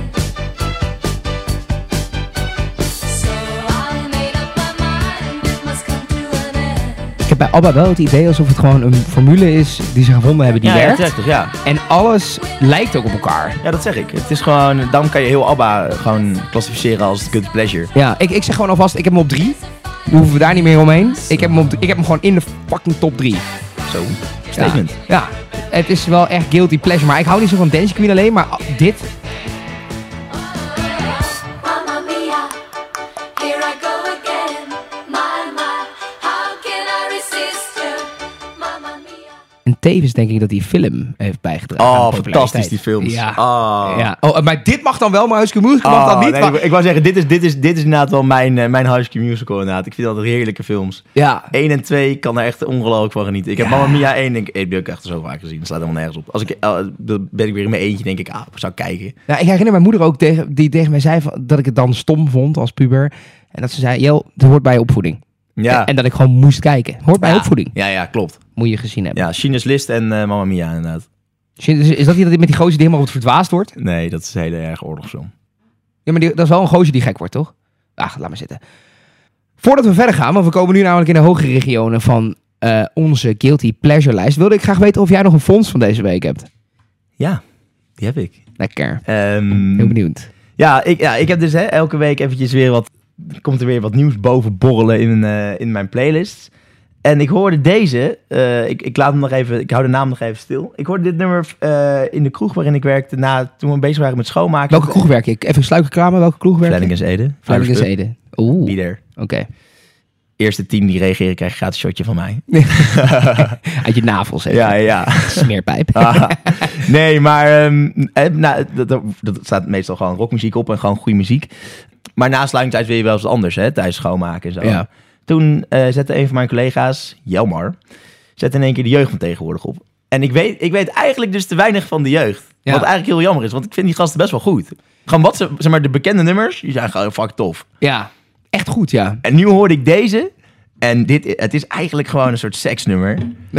So I made up my mind it must come to an end. Ik heb bij ABBA wel het idee alsof het gewoon een formule is die ze gevonden hebben die Ja, ja, werkt. terecht, toch? Ja. En alles lijkt ook op elkaar. Ja, dat zeg ik. Het is gewoon, dan kan je heel ABBA gewoon klassificeren als guilty pleasure. Ja, ik, ik zeg gewoon alvast, ik heb hem op drie. Dan hoeven we daar niet meer omheen. Ik heb hem, op, ik heb hem gewoon in de fucking top drie. Zo, statement. Ja, ja, het is wel echt guilty pleasure. Maar ik hou niet zo van Dancing Queen alleen, maar dit... Mamma mia, here I go again. My, my, how can I resist you? Mamma mia. En tevens denk ik dat die film heeft bijgedragen. aan Oh, de populariteit. fantastisch die films. Ja. Oh. ja. Oh, maar dit mag dan wel, maar High School Musical mag Oh, dan niet. nee, maar- ik, ik wou zeggen, dit is, dit, is, dit is inderdaad wel mijn, uh, mijn High School Musical inderdaad. Ik vind dat heerlijke films. Ja. één en twee kan er echt ongelooflijk van genieten. Ik heb Ja. Mamma Mia één, denk ik, die heb ik echt zo vaak gezien. Dat slaat helemaal nergens op. Als ik, uh, dan ben ik weer in mijn eentje, denk ik, ah, zou ik kijken. Nou, ik herinner mijn moeder ook tegen, die tegen mij zei van, dat ik het dan stom vond als puber. En dat ze zei, joh, het hoort bij je opvoeding. Ja. En, en dat ik gewoon moest kijken. Hoort bij ja. opvoeding. Ja, ja, klopt. Moet je gezien hebben. Ja, Schindler's List en uh, Mamma Mia inderdaad. Is, is dat niet dat hij met die gozer die helemaal wat verdwaasd wordt? Nee, dat is een hele erg oorlogsfilm. Ja, maar die, dat is wel een gozer die gek wordt, toch? Ach, laat maar zitten. Voordat we verder gaan, want we komen nu namelijk in de hogere regionen van uh, onze Guilty Pleasure lijst, wilde ik graag weten of jij nog een fonds van deze week hebt. Ja, die heb ik. Lekker. Um, Heel benieuwd. Ja, ik, ja, ik heb dus hè, elke week eventjes weer wat... komt er weer wat nieuws boven borrelen in, uh, in mijn playlist. En ik hoorde deze... Uh, ik, ik laat hem nog even... Ik hou de naam nog even stil. Ik hoorde dit nummer uh, in de kroeg waarin ik werkte... Na, toen we bezig waren met schoonmaken. Welke kroeg werk ik? Even sluikerkramen. Welke kroeg werk ik? Flanagan's Ede. Flanagan's Ede. Oeh. Be there. Oké. Okay. Eerste tien die reageren krijgen een gratis shotje van mij. Uit je navel zeker. Ja, ja. Smeerpijp. Ah, nee, maar... Um, eh, nou, dat, dat, dat staat meestal gewoon rockmuziek op en gewoon goede muziek. Maar na sluitingstijd wil je wel eens wat anders, hè? Tijdens schoonmaken en zo. Ja. Toen uh, zette een van mijn collega's, Jelmar, zette in één keer de jeugd van tegenwoordig op. En ik weet, ik weet eigenlijk dus te weinig van de jeugd. Ja. Wat eigenlijk heel jammer is, want ik vind die gasten best wel goed. Gewoon wat ze, zeg maar, de bekende nummers, die zijn gewoon fucking tof. Ja, echt goed, ja. En nu hoorde ik deze. En dit, het is eigenlijk gewoon een soort seksnummer.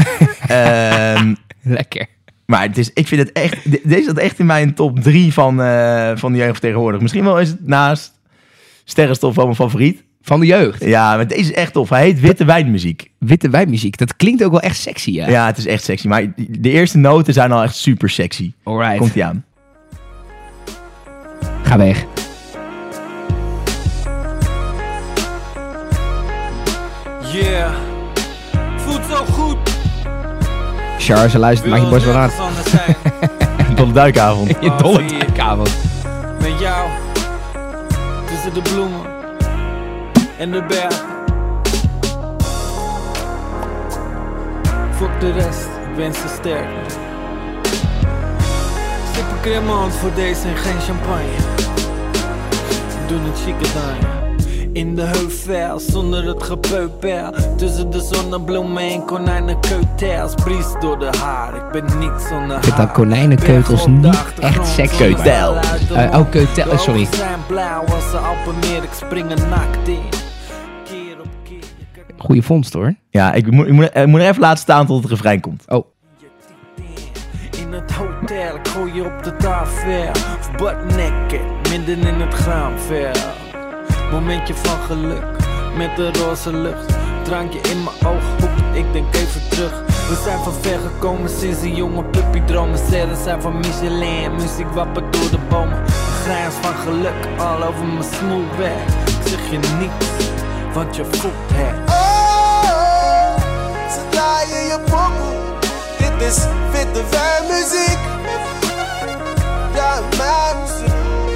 um, Lekker. Maar het is, ik vind het echt... de- Deze zat echt in mijn top drie van, uh, van de jeugd van tegenwoordig. Misschien wel is het naast Sterrenstof wel mijn favoriet. Van de jeugd. Ja, maar deze is echt tof. Hij heet Witte Wijnmuziek. Witte wijnmuziek. Dat klinkt ook wel echt sexy, ja. Ja, het is echt sexy. Maar de eerste noten zijn al echt super sexy. Alright. Komt ie aan. Ga weg. Yeah, voelt zo goed. Charles, luister, maak je borst wel aan. Dolle duikavond. Je dolle duikavond. Met jou, tussen de bloemen en de bergen. Fuck de rest, ik wens ze sterker. Sippen cremant voor deze en geen champagne. Doen het chique dan. In de heuvel, zonder het gepeupel. Tussen de zonnebloemen en konijnenkeutels. Bries door de haar, ik ben niet zonder haar. Ik vind dat konijnenkeutels niet echt sexy. Keutel. Uh, oh, keutel, sorry. Zijn blauw als ze Alpenmeer, ik spring er nakt in. Keer op keer. Goeie vondst, hoor. Ja, ik moet, ik, moet, ik moet er even laten staan tot het refrein komt. Oh. In het hotel, ik gooi je op de tafel. Of butt naked, midden in het graanvel. Momentje van geluk, met de roze lucht. Drankje in mijn ooghoek, ik denk even terug. We zijn van ver gekomen sinds een jonge puppy dromen. Sterren zijn van Michelin, muziek wappert door de bomen. Een grijns van geluk, all over mijn smooth weg. Ik zeg je niets, want je voelt het. Oh, ze draaien je pokoe. Dit is witte wijnmuziek. Ja, mijn muziek.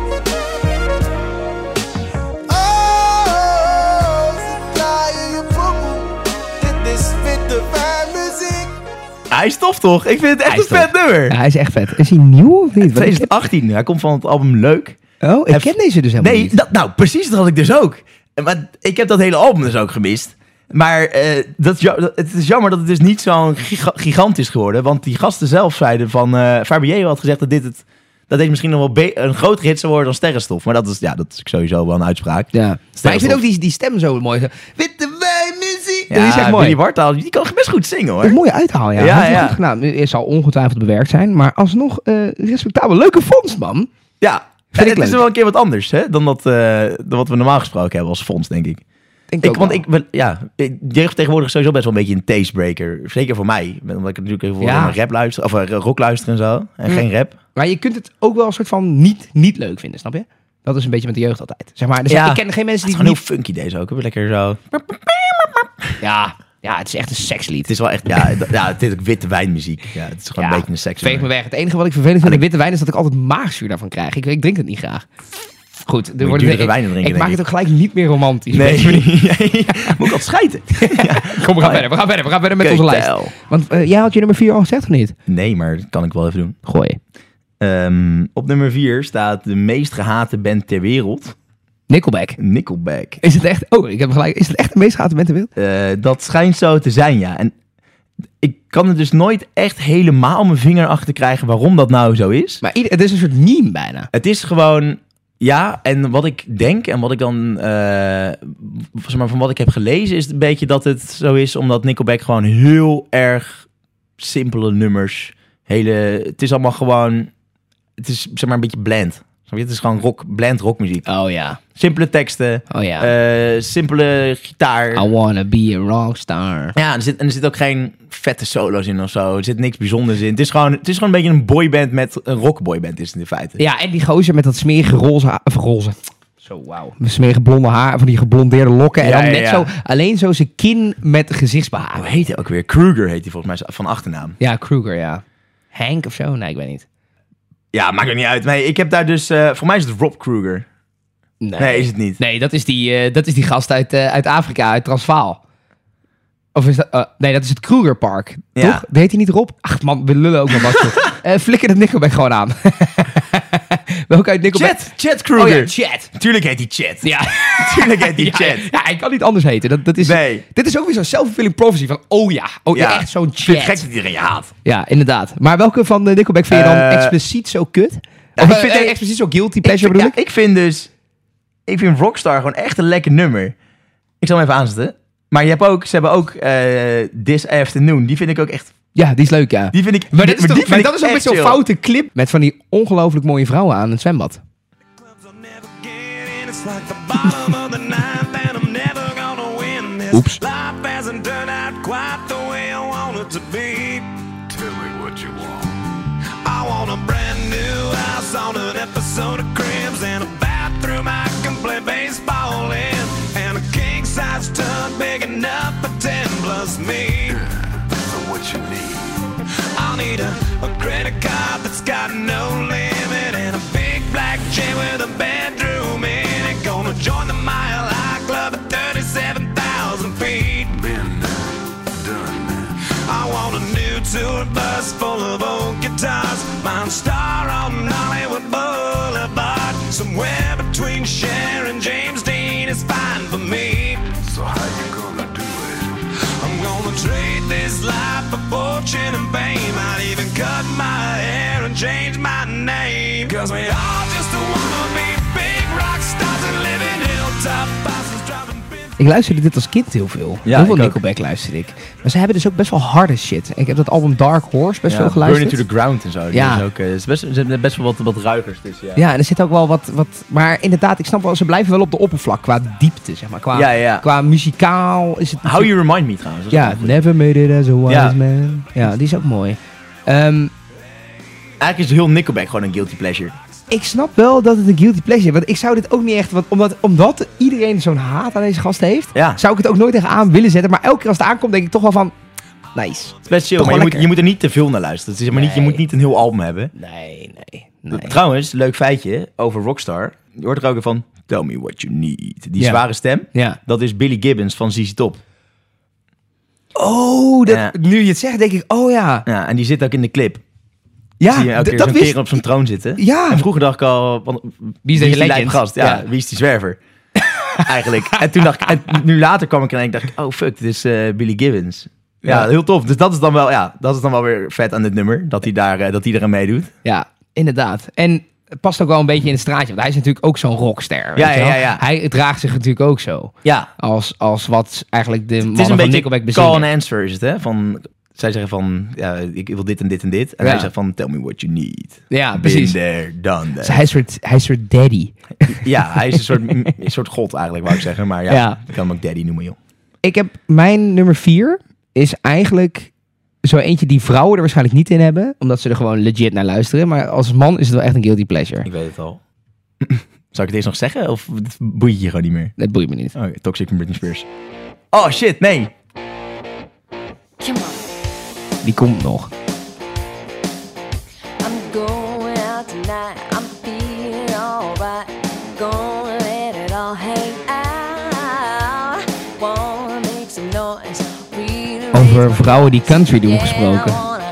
Oh, ze draaien je pokoe. Dit is witte wijnmuziek. Hij is tof, toch? Ik vind het echt Hij is een vet tof. nummer. Ja, hij is echt vet. Is hij nieuw of niet? Want ik tweeduizend achttien. Hij komt van het album Leuk. ken- Oh, ik Hij- ken deze dus helemaal Nee, niet. dat, nou, precies dat had ik dus ook. Maar ik heb dat hele album dus ook gemist. Maar uh, dat, is ja- dat- het is jammer dat het dus niet zo'n giga- gigant is geworden. Want die gasten zelf zeiden van... Uh, Fabier had gezegd dat dit het... Dat deze misschien nog wel be- een grotere hit zou worden dan Sterrenstof. Maar dat is, ja, dat is sowieso wel een uitspraak. Ja. Maar ik vind ook die, die stem zo mooi. Zo, witte wijnmuziek. Ja, die is echt mooi. Willy Wartaal, die kan best goed zingen, hoor. Een mooie uithaal, ja. Ja, Hij heeft het ja. goed gedaan. Het zal ongetwijfeld bewerkt zijn. Maar alsnog uh, respectabel. Leuke vondst, man. Ja, Vind en ik het is leuk. wel een keer wat anders, hè? Dan, dat, uh, dan wat we normaal gesproken hebben als fonds, denk ik. Denk Ik, ook want wel. ik ben, ja, jeugd tegenwoordig is sowieso best wel een beetje een tastebreaker. Zeker voor mij. Omdat ik natuurlijk heel veel Ja. naar rap luister, of uh, rock luister en zo. En Mm. geen rap. Maar je kunt het ook wel een soort van niet, niet leuk vinden, snap je? Dat is een beetje met de jeugd altijd. Zeg maar, er zijn, Ja. ik ken geen mensen Het die is het gewoon niet... heel funky deze ook. Hè? Lekker zo. Ja, ja, het is echt een sekslied. Het is wel echt, ja, d- ja, het is ook witte wijnmuziek. Ja, het is gewoon Ja, een beetje een seks. veeg me weg. Het enige wat ik vervelend vind aan witte wijn is dat ik altijd maagzuur daarvan krijg. Ik, ik drink het niet graag. Goed, er je wordt duurdere ik, wijnen drinken, ik maak denk het ook gelijk niet meer romantisch. Nee, Weet je niet? moet ik altijd schijten. Kom, we gaan verder, we gaan verder, we gaan verder met Kijk, onze lijst. tel. Want uh, jij had je nummer vier al gezegd of niet? Nee, maar dat kan ik wel even doen. Gooi. Um, op nummer vier staat de meest gehate band ter wereld. Nickelback. Nickelback. Is het echt, oh, ik heb gelijk, is het echt de meest gehate band ter wereld? Uh, dat schijnt zo te zijn, ja. En ik kan er dus nooit echt helemaal mijn vinger achter krijgen waarom dat nou zo is. Maar ieder, het is een soort meme bijna. Het is gewoon, ja, en wat ik denk en wat ik dan, uh, zeg maar, van wat ik heb gelezen, is een beetje dat het zo is omdat Nickelback gewoon heel erg simpele nummers, hele, het is allemaal gewoon, het is zeg maar een beetje bland. Het is gewoon rock, bland rockmuziek. Oh ja. Simpele teksten, Oh ja. uh, simpele gitaar. I wanna be a rockstar. Ja, er zit, en er zit ook geen vette solo's in of zo. Er zit niks bijzonders in. Het is gewoon, het is gewoon een beetje een boyband met een rockboyband is het in feite. Ja, en die gozer met dat smerige roze haar, of roze. Zo, wauw. Met smerige blonde haar, van die geblondeerde lokken. En Ja, dan ja, net ja. zo, alleen zo zijn kin met Hoe gezichtsbehaar. heet hij ook weer? Kruger heet hij volgens mij van achternaam. Ja, Kruger, ja. Hank of zo? Nee, ik weet niet. Ja, maakt er niet uit. Nee, ik heb daar dus, uh, voor mij is het Rob Kruger. Nee, Nee, is het niet. Nee, dat is die, uh, dat is die gast uit, uh, uit Afrika, uit Transvaal. Of is dat... Uh, nee, dat is het Kruger Park. Ja. Toch? Deed hij niet Rob? Ach man, we lullen ook nog wat. uh, flikker het Nickelback gewoon aan. Welke uit Nickelback? Chad, Chad Kruger. Oh ja, Chad. Tuurlijk heet hij Chad. Ja. Tuurlijk heet hij Ja, Chad. ja, hij kan niet anders heten. Dat, dat is, Nee. Dit is ook weer zo'n self-fulfilling prophecy van, oh ja, oh ja, echt zo'n Ik vind het Chad. gek dat iedereen je haat. Ja, inderdaad. Maar welke van de Nickelback vind je dan Uh, expliciet zo kut? Nou, Of ik ik vind- vind expliciet zo guilty pleasure ik, bedoel vind, ik? ja, ik vind dus, ik vind Rockstar gewoon echt een lekker nummer. Ik zal hem even aanzetten. Maar je hebt ook, ze hebben ook uh, This Afternoon. Die vind ik ook echt, Ja, die is leuk, ja. die vind ik, Maar, dit is die toch, vind maar ik dat is ook met echt zo'n chill. foute clip met van die ongelooflijk mooie vrouwen aan het zwembad. Oeps. Life hasn't turned out quite the way I want it to be. Tell me what you want. I want a brand new house on an episode of Cribs and a bathroom I can play baseball in and a king size tub big enough for ten plus me. So what you need? I'll need a, a credit card that's got no limit and a big black chain with a bedroom in it. Gonna join the Mile High Club at thirty-seven thousand feet. Been there, done that. I want a new tour bus full of old guitars. Mine star on Hollywood Boulevard. Somewhere between Cher and James Dean is fine for me. So how you gonna do it? I'm gonna trade this life for fortune and fame. I'd even cut my hair and change my name. Cause we all just wanna be big rock stars and live in hilltop houses driving big. Ik luisterde dit als kind heel veel. Ja, heel veel ik ook. Nickelback luisterde ik. Maar ze hebben dus ook best wel harde shit. Ik heb dat album Dark Horse best Ja, veel geluisterd. Burn Into the Ground en zo. Die Ja. is ook, uh, er is best, er zitten best wel wat, wat ruigers tussen. Ja. Ja, en er zit ook wel wat, wat... Maar inderdaad, ik snap wel, ze blijven wel op de oppervlak qua diepte, zeg maar. Qua, Ja, ja. qua muzikaal is het... How You Remind Me trouwens. dat is Ja, ook wel goed. Never Made It As A Wise Ja. Man. Ja, die is ook mooi. Ehm, Eigenlijk is heel Nickelback gewoon een guilty pleasure. ik snap wel dat het een guilty pleasure is. Want ik zou dit ook niet echt... Want omdat, omdat iedereen zo'n haat aan deze gast heeft... Ja. zou ik het ook nooit tegen aan willen zetten. Maar elke keer als het aankomt, denk ik toch wel van... Nice. Het is best chill, Toch maar je wel moet, je moet er niet te veel naar luisteren. Het is maar niet, je Nee. moet niet een heel album hebben. Nee, nee, nee. Trouwens, leuk feitje over Rockstar. Je hoort er ook van, tell me what you need. Die Ja. zware stem, Ja. dat is Billy Gibbons van Z Z Top. Oh, dat, Ja. nu je het zegt, denk ik... Oh ja. Ja, en die zit ook in de clip. Ja, Zie je elke d- keer dat zo'n wist... keer op zijn troon zitten. Ja. En vroeger dacht ik al, van, Wie is deze die legend? lijpgast? Ja, Ja. wie is die zwerver? Eigenlijk. En toen dacht ik, en nu later kwam ik en ik dacht, ik, oh fuck, dit is eh, Billy Gibbons. Ja, Ja. heel tof. Dus dat is dan wel, ja, dat is dan wel weer vet aan dit nummer, dat hij daar, eh, dat hij eraan meedoet. Ja, inderdaad. En het past ook wel een beetje in het straatje. Want hij is natuurlijk ook zo'n rockster. weet Ja, je wel? ja, ja. Hij draagt zich natuurlijk ook zo. Ja, Als, als wat eigenlijk de het mannen is een van beetje Nickelback call bezingen. and answer is het, hè? Van, zij zeggen van, ja, ik wil dit en dit en dit. En Ja. hij zegt van, tell me what you need. Ja, Been precies. there, done that. Dus hij is soort, hij is soort daddy. Ja, hij is een soort, een soort god eigenlijk, wou ik zeggen. Maar ja, Ja. ik kan hem ook daddy noemen, joh. Ik heb mijn nummer vier is eigenlijk zo eentje die vrouwen er waarschijnlijk niet in hebben. Omdat ze er gewoon legit naar luisteren. Maar als man is het wel echt een guilty pleasure. Ik weet het al. Zou ik het eerst nog zeggen? Of boeit je je gewoon niet meer? Dat boeit me niet. Oh, Toxic van Britney Spears. Oh shit, nee. Come on. Die komt nog. I'm going out tonight. I'm feeling alright. Gonna over vrouwen die country doen gesproken.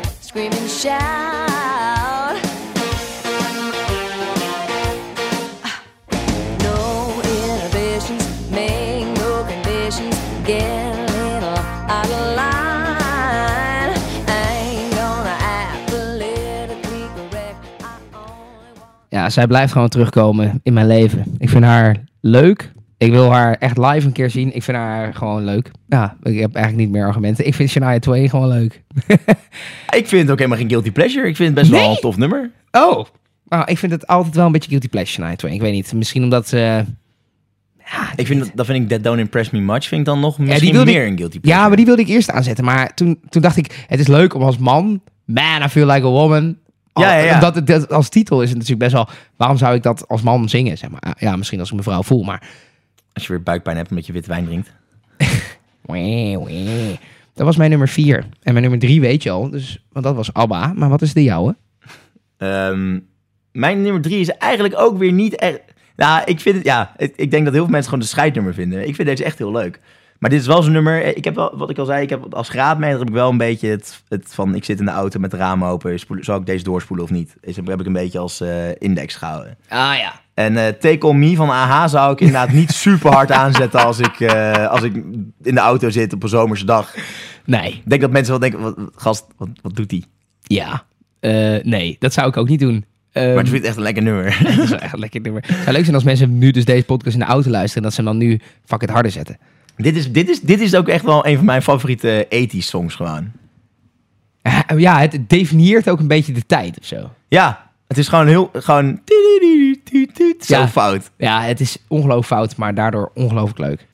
Ja, zij blijft gewoon terugkomen in mijn leven. Ik vind haar leuk. Ik wil haar echt live een keer zien. Ik vind haar gewoon leuk. Ja, ik heb eigenlijk niet meer argumenten. Ik vind Shania Twain gewoon leuk. Ik vind het ook helemaal geen guilty pleasure. Ik vind het best Nee? wel een tof nummer. Oh, nou, ik vind het altijd wel een beetje guilty pleasure, Shania Twain. Ik weet niet, misschien omdat ze... ja, Ik vind dat, dat vind ik That Don't Impress Me Much. Vind ik dan nog misschien wilde meer ik- een guilty pleasure. Ja, maar die wilde ik eerst aanzetten. Maar toen, toen dacht ik, het is leuk om als man... Man, I feel like a woman. Ja, ja, ja. Omdat het, dat, als titel is het natuurlijk best wel... Waarom zou ik dat als man zingen? Zeg maar. Ja, misschien als ik me vrouw voel, maar... Als je weer buikpijn hebt omdat je witte wijn drinkt. Wee, wee. Dat was mijn nummer vier. En mijn nummer drie weet je al. Dus, want dat was ABBA. Maar wat is de jouwe? Ehm, mijn nummer drie is eigenlijk ook weer niet echt... Nou, ik vind het... Ja, ik, ik denk dat heel veel mensen gewoon de scheidnummer vinden. Ik vind deze echt heel leuk. Maar dit is wel zo'n nummer... Ik heb wel, wat ik al zei, ik heb als graadmeter heb ik wel een beetje het, het van... Ik zit in de auto met de ramen open. Spoel, zal ik deze doorspoelen of niet? Dus heb ik een beetje als uh, index gehouden. Ah ja. En uh, Take On Me van A H zou ik inderdaad niet super hard aanzetten als ik, uh, als ik in de auto zit op een zomerse dag. Nee. Ik denk dat mensen wel denken, wat, gast, wat, wat doet hij? Ja. Uh, nee, dat zou ik ook niet doen. Um, maar het vind ik echt een lekker nummer. dat is wel echt een lekker nummer. Het zou leuk zijn als mensen nu dus deze podcast in de auto luisteren... en dat ze dan nu fuck it harder zetten. dit, is, dit, is, dit is ook echt wel een van mijn favoriete eighties songs gewoon. Ja, het definieert ook een beetje de tijd of zo. Ja, het is gewoon heel... Gewoon zo Ja. fout. Ja, het is ongelooflijk fout, maar daardoor ongelooflijk leuk.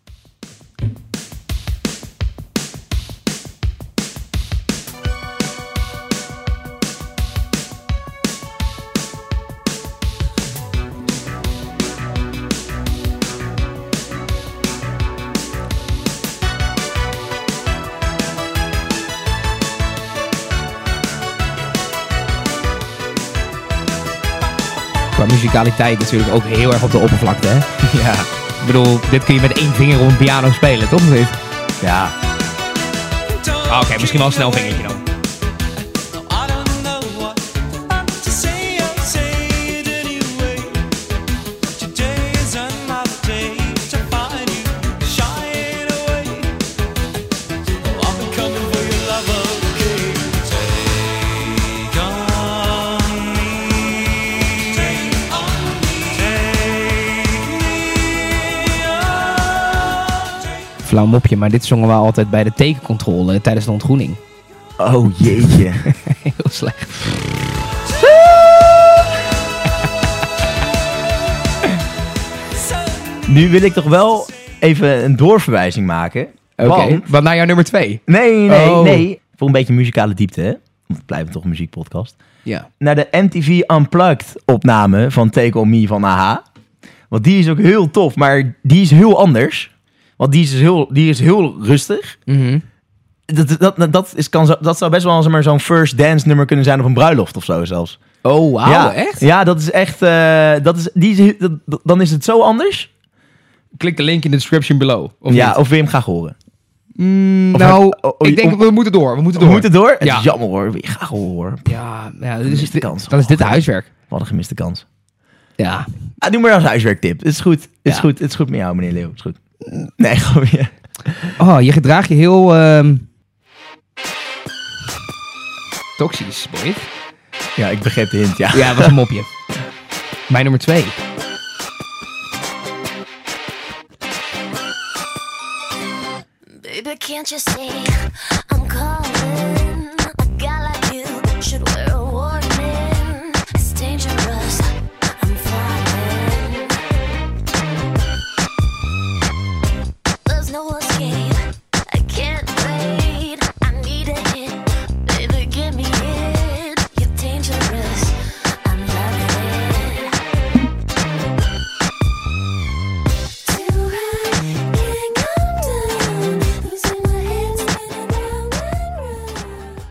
Qua muzikaliteit natuurlijk ook heel erg op de oppervlakte, hè? Ja. Ik bedoel, dit kun je met één vinger op een piano spelen, toch? Of niet? Ja. Ah, Oké, okay, misschien wel een snel vingertje dan. Flauw mopje, maar dit zongen we altijd bij de tekencontrole tijdens de ontgroening. Oh jeetje. Heel slecht. Nu wil ik toch wel even een doorverwijzing maken. Oké, okay. Want... Wat naar jouw nummer twee? Nee, nee, oh. nee. Voor een beetje muzikale diepte, hè? Want het blijft toch een muziekpodcast. Ja. Naar de M T V Unplugged opname van Take On Me van A H. Want die is ook heel tof, maar die is heel anders. Want die is heel, die is heel rustig. Mm-hmm. Dat, dat, dat, is, kan zo, dat zou best wel zeg maar, zo'n first dance nummer kunnen zijn op een bruiloft of zo zelfs. Oh, wauw, ja, echt? Ja, dat is echt... Uh, dat is, die is, dat, dat, dan is het zo anders. Klik de link in de description below. Of ja, niet? of wil je hem graag horen? Mm, Of nou, heb, oh, oh, ik denk of, we moeten door. We moeten door. We moeten door? Het ja. is jammer hoor. Wil je graag horen? Ja, ja dus is de kans. Dan is dit de huiswerk. Wat een gemiste kans. Ja. Ah, doe maar als huiswerktip. Het is goed. Het is Ja. goed. Het is goed met jou, meneer Leeuw. Het is goed. Nee, gewoon weer. Oh, je gedraagt je heel... Um... toxisch, boy. Ja, ik begreep de hint, ja. Ja, dat was een mopje. Mijn nummer twee. Baby, can't you see I'm calling? A guy like you should wear a warning. It's dangerous. I'm falling. There's no escape. I can't wait. I need a hit. Baby, give me it. You're dangerous. I'm loving it. Too high, can't come down. Losing my head, spinning round and round.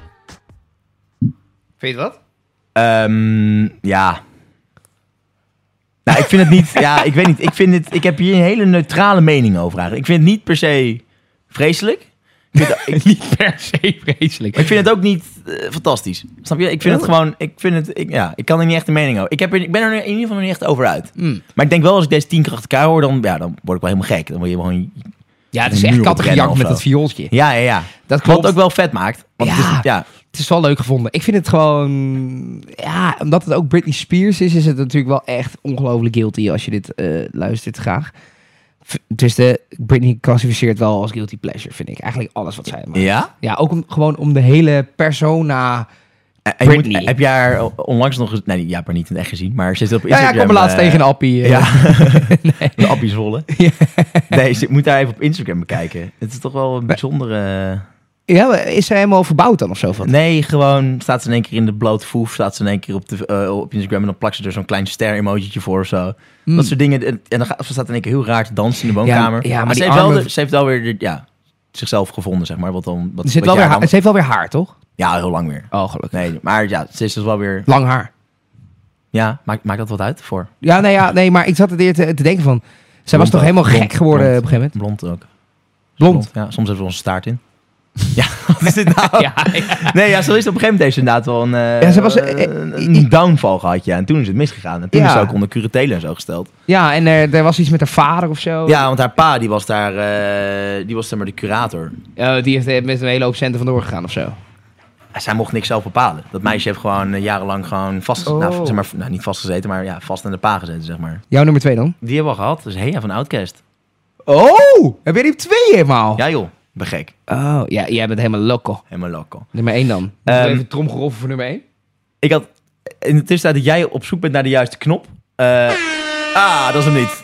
Vind je wat? Um, ja. Nou, ik vind het niet... Ja, ik weet niet. Ik, vind het, ik heb hier een hele neutrale mening over eigenlijk. Ik vind het niet per se vreselijk. Ik vind het, ik, Niet per se vreselijk. maar ik vind het ook niet uh, fantastisch. Snap je? Ik vind Oh. het gewoon... Ik, vind het, ik, ja, ik kan er niet echt een mening over. Ik, heb er, ik ben er in ieder geval nog niet echt over uit. Mm. Maar ik denk wel, als ik deze tien keer achter elkaar hoor, dan, ja, dan word ik wel helemaal gek. Dan word je gewoon... Ja, het is een echt muur kattengejank oprennen met of het zo. viooltje. Ja, ja, ja. Dat Wat klopt. het ook wel vet maakt. Want het Ja. is, ja, Het is wel leuk gevonden. Ik vind het gewoon... Ja, omdat het ook Britney Spears is, is het natuurlijk wel echt ongelooflijk guilty als je dit eh, luistert graag. V- Dus de Britney klassificeert wel als guilty pleasure, vind ik. Eigenlijk alles wat zij maakt. ja? Ja, ook om, gewoon om de hele persona... En je moet, Britney. heb je haar onlangs nog... eens- Nee, je hebt haar niet in het echt gezien. Maar ze zit op Ja, Instagram... ja, ik kom er laatst eh, tegen een appie. eh. Ja, de appie zwollen. Nee, je moet haar even op Instagram bekijken. Het is toch wel een bijzondere... Ja, maar is zij helemaal verbouwd dan of zo? Wat? Nee, gewoon staat ze in één keer in de blote foef. Staat ze in één keer op, de, eh, op Instagram en dan plakt ze er zo'n klein ster-emojitje voor of zo. Mm. Dat soort dingen. En en dan gaat, ze staat in één keer heel raar te dansen in de woonkamer. Ja, ja, maar maar ze die heeft, wel, armen- de- ze heeft wel weer de- ja, zichzelf gevonden, zeg maar. Wat dan, wat, Ze, zit wat wel weer jij haar, dan- ze heeft wel weer haar, toch? Ja, heel lang weer. Oh, gelukkig. Nee, maar ja, ze is dus wel weer... Lang haar. Ja, maakt, maakt dat wat uit voor? Ja, nee, ja, nee, maar ik zat er weer te, te denken van... Zij was Blond toch ook. helemaal Blond, gek geworden blond. op een gegeven moment? Blond ook. Blond. Ja, soms heeft ze wel een staart in. Ja, wat is dit nou? Ja, ja. Nee, ja, zo is het op een gegeven moment heeft ze inderdaad wel een, eh, Ja, ze was, eh, een, een downfall gehad, ja. En toen is het misgegaan. En toen Ja. is ze ook onder curatele en zo gesteld. Ja, en er, er was iets met haar vader of zo. Ja, want haar pa, die was daar, eh, die was zeg maar de curator. Eh, die heeft eh, met een hele hoop centen vandoor gegaan of zo. Zij mocht niks zelf bepalen. Dat meisje heeft gewoon eh, jarenlang gewoon vast, Oh. nou, zeg maar, nou, niet vastgezeten, maar ja, vast aan de pa gezeten, zeg maar. Jouw nummer twee dan? Die hebben we al gehad. Dus Hea van Outkast. Oh! Heb jij die op twee helemaal? Ja joh, ben gek. Oh, ja, jij bent helemaal loco. Helemaal loco. Nummer één dan. Ehm, Um, even tromgeroffel voor nummer één. Ik had in de tussentijd dat jij op zoek bent naar de juiste knop. eh, ah, dat is hem niet.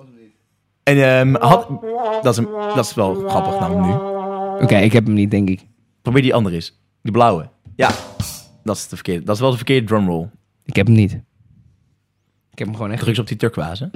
En ehm, had, dat, is hem, dat is wel grappig nou nu. Oké, ik heb hem niet, denk ik. Probeer die andere eens. Die blauwe. Ja, dat is de verkeerde. Dat is wel de verkeerde drumroll. Ik heb hem niet. Ik heb hem gewoon echt... Druk eens op die turquoise.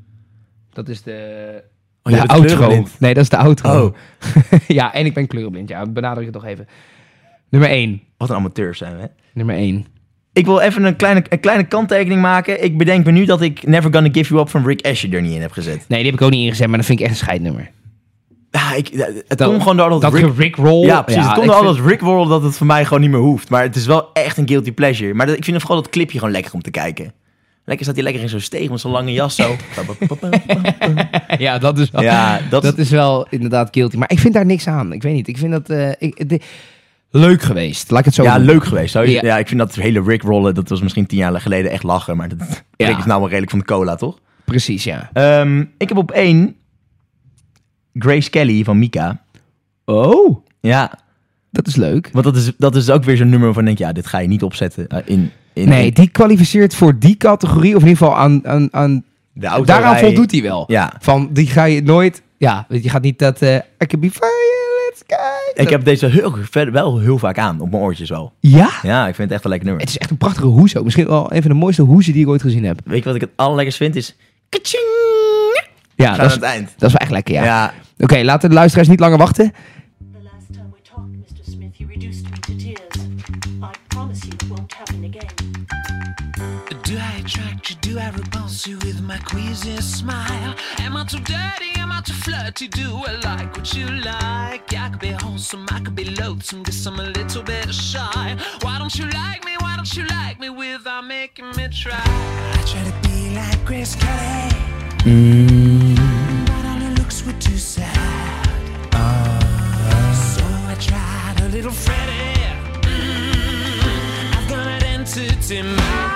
Dat is de... Oh, je de bent outro. kleurenblind. Nee, dat is de outro. Oh. Ja, en ik ben kleurenblind. Ja, benadruk het toch even. Nummer één. Wat een amateurs zijn we, hè? Nummer één. Ik wil even een kleine, een kleine kanttekening maken. Ik bedenk me nu dat ik Never Gonna Give You Up van Rick Asher er niet in heb gezet. Nee, die heb ik ook niet ingezet, maar dat vind ik echt een scheidnummer. Ja, ik, het Dat- komt gewoon door dat, Dat Rick... Rick Roll. Ja, precies. het komt ik door al vind- dat Rick Roll dat het voor mij gewoon niet meer hoeft. Maar het is wel echt een guilty pleasure. Maar dat, ik vind vooral dat clipje gewoon lekker om te kijken. Lekker staat hij lekker in zo'n steeg met zo'n lange jas zo. Ja, dat is wel, Ja, dat, dat is wel inderdaad guilty. Maar ik vind daar niks aan. Ik weet niet. Ik vind dat eh, ik, de- leuk geweest. Laat ik het zo ja, doen. leuk geweest. Sowieso. Ja. Ja. ik vind dat hele Rick rollen, dat was misschien tien jaar geleden echt lachen. Maar dat Ja. Rick is nou wel redelijk van de cola, toch? Precies, ja. Ehm, ik heb op één Grace Kelly van Mika. Oh, Ja, dat is leuk. want dat is, dat is ook weer zo'n nummer waarvan ik denk, ja, dit ga je niet opzetten uh, in, in, Nee, in die kwalificeert voor die categorie. Of in ieder geval aan... aan, aan de auto. daaraan voldoet hij wel. Ja, Van, die ga je nooit... Ja, weet je, je gaat niet dat... eh I can be fire, let's go. ik heb deze heel, verder wel heel vaak aan, op mijn oortjes wel. Ja? Ja, ik vind het echt een lekker nummer. Het is echt een prachtige hoes ook. Misschien wel een van de mooiste hoezen die ik ooit gezien heb. Weet je wat ik het allerlekkers vind? Is... Kaching! Ja, Gaat dat is, aan het eind. dat is wel echt lekker, ja. Ja. Oké, laten de luisteraars niet langer wachten. The last time we talked, mister Smith, you reduced me to tears. I promise you it won't happen again. Do I attract you? Do I repulse you with my queasy smile? Am I too dirty? Am I too flirty? Do I like what you like? I could be wholesome, I could be loathsome, guess I'm a little bit shy. Why don't you like me? Why don't you like me without making me try? I try to be like Grace Kelly, but all her looks were too sad. So I tried a little Freddie. Mm, I've got an entity mind.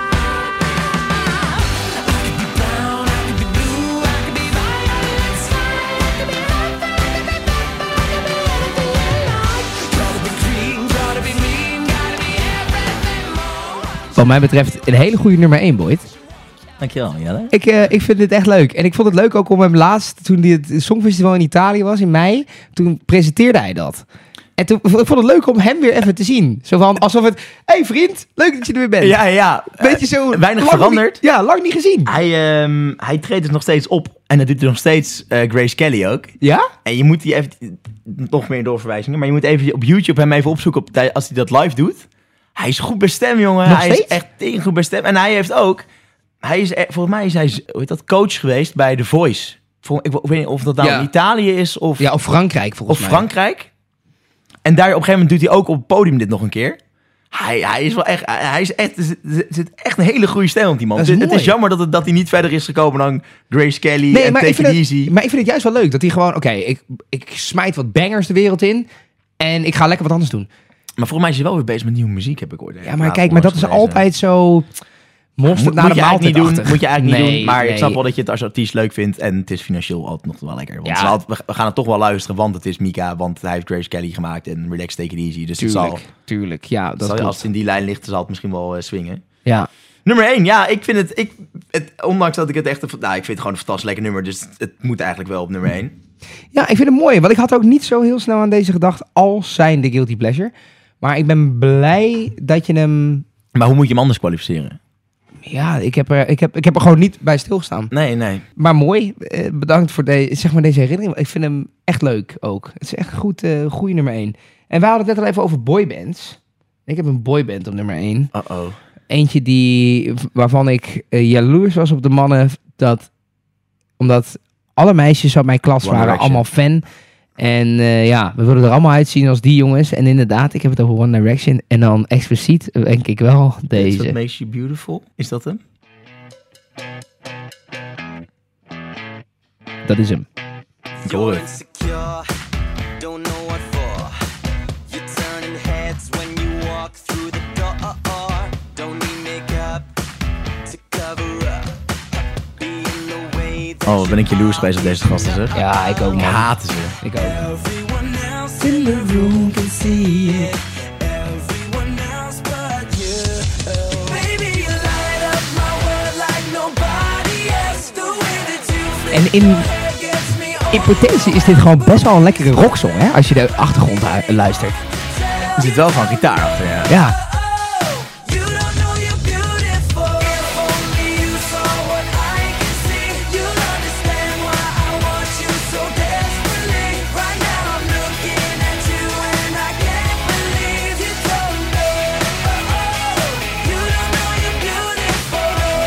Wat mij betreft een hele goede nummer één, Boyd. Dankjewel, Jelle. Ik, uh, ik vind dit echt leuk. En ik vond het leuk ook om hem laatst, toen hij het Songfestival in Italië was, in mei, toen presenteerde hij dat. En toen, ik vond het leuk om hem weer even te zien. Zo van, alsof het, hé hey vriend, leuk dat je er weer bent. Ja, ja. Beetje zo... Uh, weinig lang veranderd. Niet, ja, lang niet gezien. Hij, um, hij treedt dus nog steeds op. En dat doet hij nog steeds uh, Grace Kelly ook. Ja? En je moet die even... Nog meer doorverwijzingen. Maar je moet even op YouTube hem even opzoeken op, als hij dat live doet. Hij is goed bij stem, jongen. Nog hij steeds? is echt tegen goed bij stem. En hij heeft ook... Hij is, volgens mij is hij hoe heet dat, coach geweest bij The Voice. Ik weet niet of dat nou Ja. in Italië is of, Ja, of Frankrijk volgens of mij. Frankrijk. En daar op een gegeven moment doet hij ook op het podium dit nog een keer. Hij, hij is wel echt, hij is echt, er zit echt een hele goede stijl op die man. Dat Het is is, het is mooi. jammer dat, het, dat hij niet verder is gekomen dan Grace Kelly Nee, en maar Take ik, vind It Easy. het, maar ik vind het juist wel leuk dat hij gewoon... Oké, ik, ik smijt wat bangers de wereld in. En ik ga lekker wat anders doen. Maar volgens mij is hij wel weer bezig met nieuwe muziek, heb ik ooit. Ja, maar kijk, maar dat is altijd zo... Mosterd Moet, naar moet de je eigenlijk niet doen. maaltijd. Moet je eigenlijk niet Nee, doen. Maar nee. ik snap wel dat je het als artiest leuk vindt. En het is financieel altijd nog wel lekker. Want Ja. het is altijd- we gaan het toch wel luisteren. Want het is Mika. Want hij heeft Grace Kelly gemaakt. En Relax, Take It Easy. Dus het zal, Tuurlijk, tuurlijk. Ja, dat zal, klopt. als het in die lijn ligt, zal het misschien wel uh, swingen. Ja. Nummer één. Ja, ik vind het, ik, het... Ondanks dat ik het echt... Een, nou, ik vind het gewoon een fantastisch lekker nummer. Dus het, het moet eigenlijk wel op nummer één. Ja, ik vind het mooi. Want ik had ook niet zo heel snel aan deze gedacht als zijn de Guilty Pleasure. Maar ik ben blij dat je hem... Maar hoe moet je hem anders kwalificeren? Ja, ik heb er, ik heb, ik heb er gewoon niet bij stilgestaan. Nee, nee. Maar mooi. Eh, bedankt voor de, zeg maar deze herinnering. Ik vind hem echt leuk ook. Het is echt een goed, uh, goede nummer één. En we hadden het net al even over boybands. Ik heb een boyband op nummer één. Uh-oh. Eentje die, waarvan ik uh, jaloers was op de mannen. Dat, omdat alle meisjes uit mijn klas One waren Direction. allemaal fan. En uh, ja, we wilden er allemaal uitzien als die jongens. En inderdaad, ik heb het over One Direction. En dan expliciet denk ik wel Is deze. What Makes You Beautiful? Is dat hem? Dat is hem. Ik hoor het. Insecure, don't know what for. You're turning heads when you walk through the door. Don't need makeup to cover up. Being the way that Oh, ben ik jaloers geweest op deze gasten, zeg. Ja, ik ook, Ik man. haat ze. Ik ook. everyone else in the room can see it. Everyone else but you. Baby, you light up my world like nobody else. The way that you flip En in, gets me in potentie is dit gewoon best wel een lekkere rocksong, hè? Als je de achtergrond hu- luistert. Er zit wel gewoon gitaar achter, ja. Ja. You don't know you're beautiful. If only you saw what I can see, you'll understand why I want you so desperately. Right now I'm looking at you and I can't believe you don't know. You don't know you're beautiful.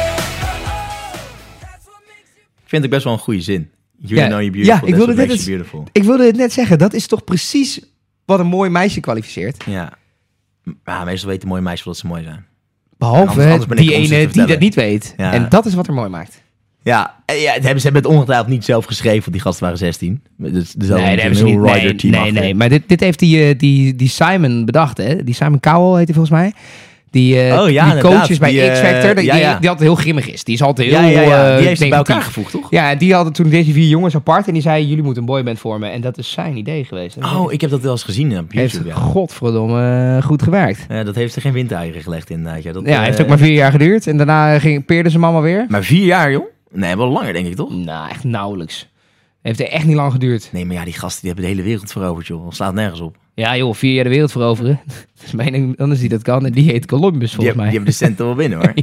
That's what makes you. Ik vind het best wel een goede zin. You Ja, know you're beautiful. ja, ik that's wilde, what dit makes you het, beautiful. ik wilde het net zeggen. Dat is toch precies wat een mooi meisje kwalificeert. Ja. Ja, meestal weten mooie meisjes wel dat ze mooi zijn. Behalve Anders- anders ben ik die onzin te ene die vertellen. dat niet weet. Ja. En dat is wat er mooi maakt. Ja, en ja, het hebben, ze hebben het ongetwijfeld niet zelf geschreven, want die gasten waren zestien. Dus, dus Nee, dat dat is hebben ze een niet. heel Nee, rider team nee, achter. nee. Maar dit, dit heeft die, eh, die, die Simon bedacht, hè? Die Simon Cowell heet hij volgens mij. Die, eh Oh, ja, die inderdaad. coaches bij Die, eh, X-Factor, die, ja, ja. die, die altijd heel grimmig is. Die is altijd heel Ja, ja, ja. eh, Die heeft ze bij elkaar negatief. gevoegd, toch? Ja, en die hadden toen deze vier jongens apart en die zei, jullie moeten een boyband vormen. En dat is zijn idee geweest. En Oh, ik heb dat wel eens gezien op heeft YouTube. Ja. godverdomme goed gewerkt. Ja, dat heeft er geen windeieren gelegd inderdaad. Ja, dat, Ja, eh, heeft ook maar vier jaar geduurd. En daarna ging, peerden ze hem allemaal weer. Maar vier jaar, joh? Nee, wel langer, denk ik, toch? Nou, echt nauwelijks. Heeft er echt niet lang geduurd. Nee, maar ja, die gasten die hebben de hele wereld veroverd, joh. Dat slaat nergens op. Ja joh, vier jaar de wereld veroveren. Dat is mijn anders die dat kan. En die heet Columbus Die, volgens hebben, mij. die hebben de centen wel binnen, hoor.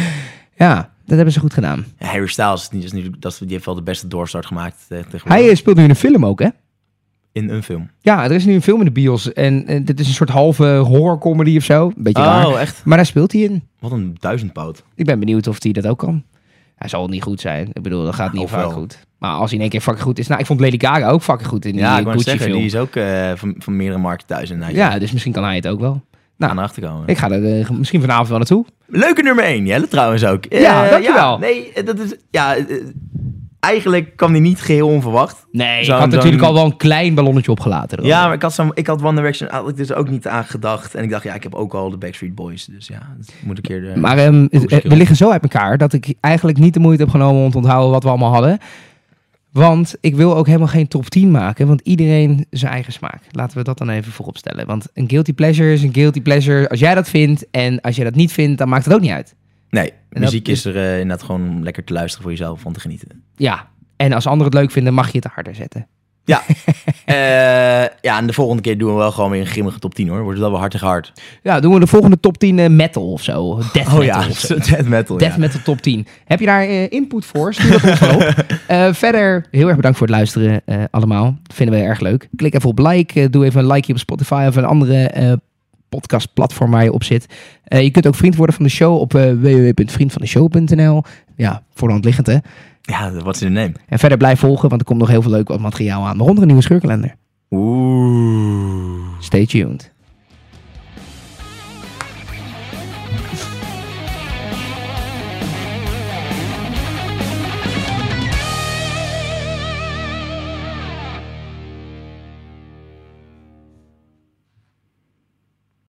Ja, dat hebben ze goed gedaan. Ja, Harry Styles, is niet, is niet, dat is, die heeft wel de beste doorstart gemaakt eh, tegenwoordig. Hij eh, speelt nu in een film ook, hè? In een film. Ja, er is nu een film in de bios. En, en dit is een soort halve horrorcomedy of zo. Een beetje raar. Oh, echt? Maar daar speelt hij in. Wat een duizendpoot. Ik ben benieuwd of hij dat ook kan. Hij zal niet goed zijn. Ik bedoel, dat gaat niet Of vaak wel. goed. Maar als hij in één keer fucking goed is... Nou, ik vond Lady Gaga ook fucking goed in die Ja, ik wou net Gucci zeggen, film. die is ook eh, van, van meerdere markten thuis. En hij Ja, dus misschien kan hij het ook wel. Nou, aan achter komen. ik ga er eh, misschien vanavond wel naartoe. Leuke nummer één, Jelle, trouwens ook. Ja, Eh, dankjewel. Ja, nee, dat is... Ja, eh, eigenlijk kwam die niet geheel onverwacht. Nee, ik Zo'n- had natuurlijk zo'n- al wel een klein ballonnetje opgelaten. erover. Ja, maar ik had, zo'n, ik had One Direction had ik dus ook niet aan gedacht. En ik dacht, ja, ik heb ook al de Backstreet Boys. Dus ja, dat moet een keer de... Maar ehm, het- Overskill. we liggen zo uit elkaar dat ik eigenlijk niet de moeite heb genomen om te onthouden wat we allemaal hadden. Want ik wil ook helemaal geen top tien maken, want iedereen zijn eigen smaak. Laten we dat dan even voorop stellen. Want een guilty pleasure is een guilty pleasure als jij dat vindt. En als jij dat niet vindt, dan maakt het ook niet uit. Nee, dat muziek is- is er uh, inderdaad gewoon lekker te luisteren voor jezelf, van te genieten. Ja, en als anderen het leuk vinden, mag je het harder zetten. Ja. uh, ja, en de volgende keer doen we wel gewoon weer een grimmige top tien, hoor. Wordt het wel weer hard tegen hard. Ja, doen we de volgende top tien uh, metal of zo. Death oh metal ja, of zo. death metal, Death ja. metal top tien. Heb je daar uh, input voor? Stuur dat ons wel op. Uh, verder, heel erg bedankt voor het luisteren uh, allemaal. Dat vinden we erg leuk. Klik even op like. Uh, doe even een likeje op Spotify of een andere uh, podcastplatform waar je op zit. Uh, je kunt ook vriend worden van de show op uh, w w w punt vriend van de show punt n l. Ja, voor de hand liggend, hè. Ja, wat is in de name? En verder blijf volgen, want er komt nog heel veel leuk materiaal aan. Waaronder een nieuwe scheurkalender. Oeh. Stay Stay tuned.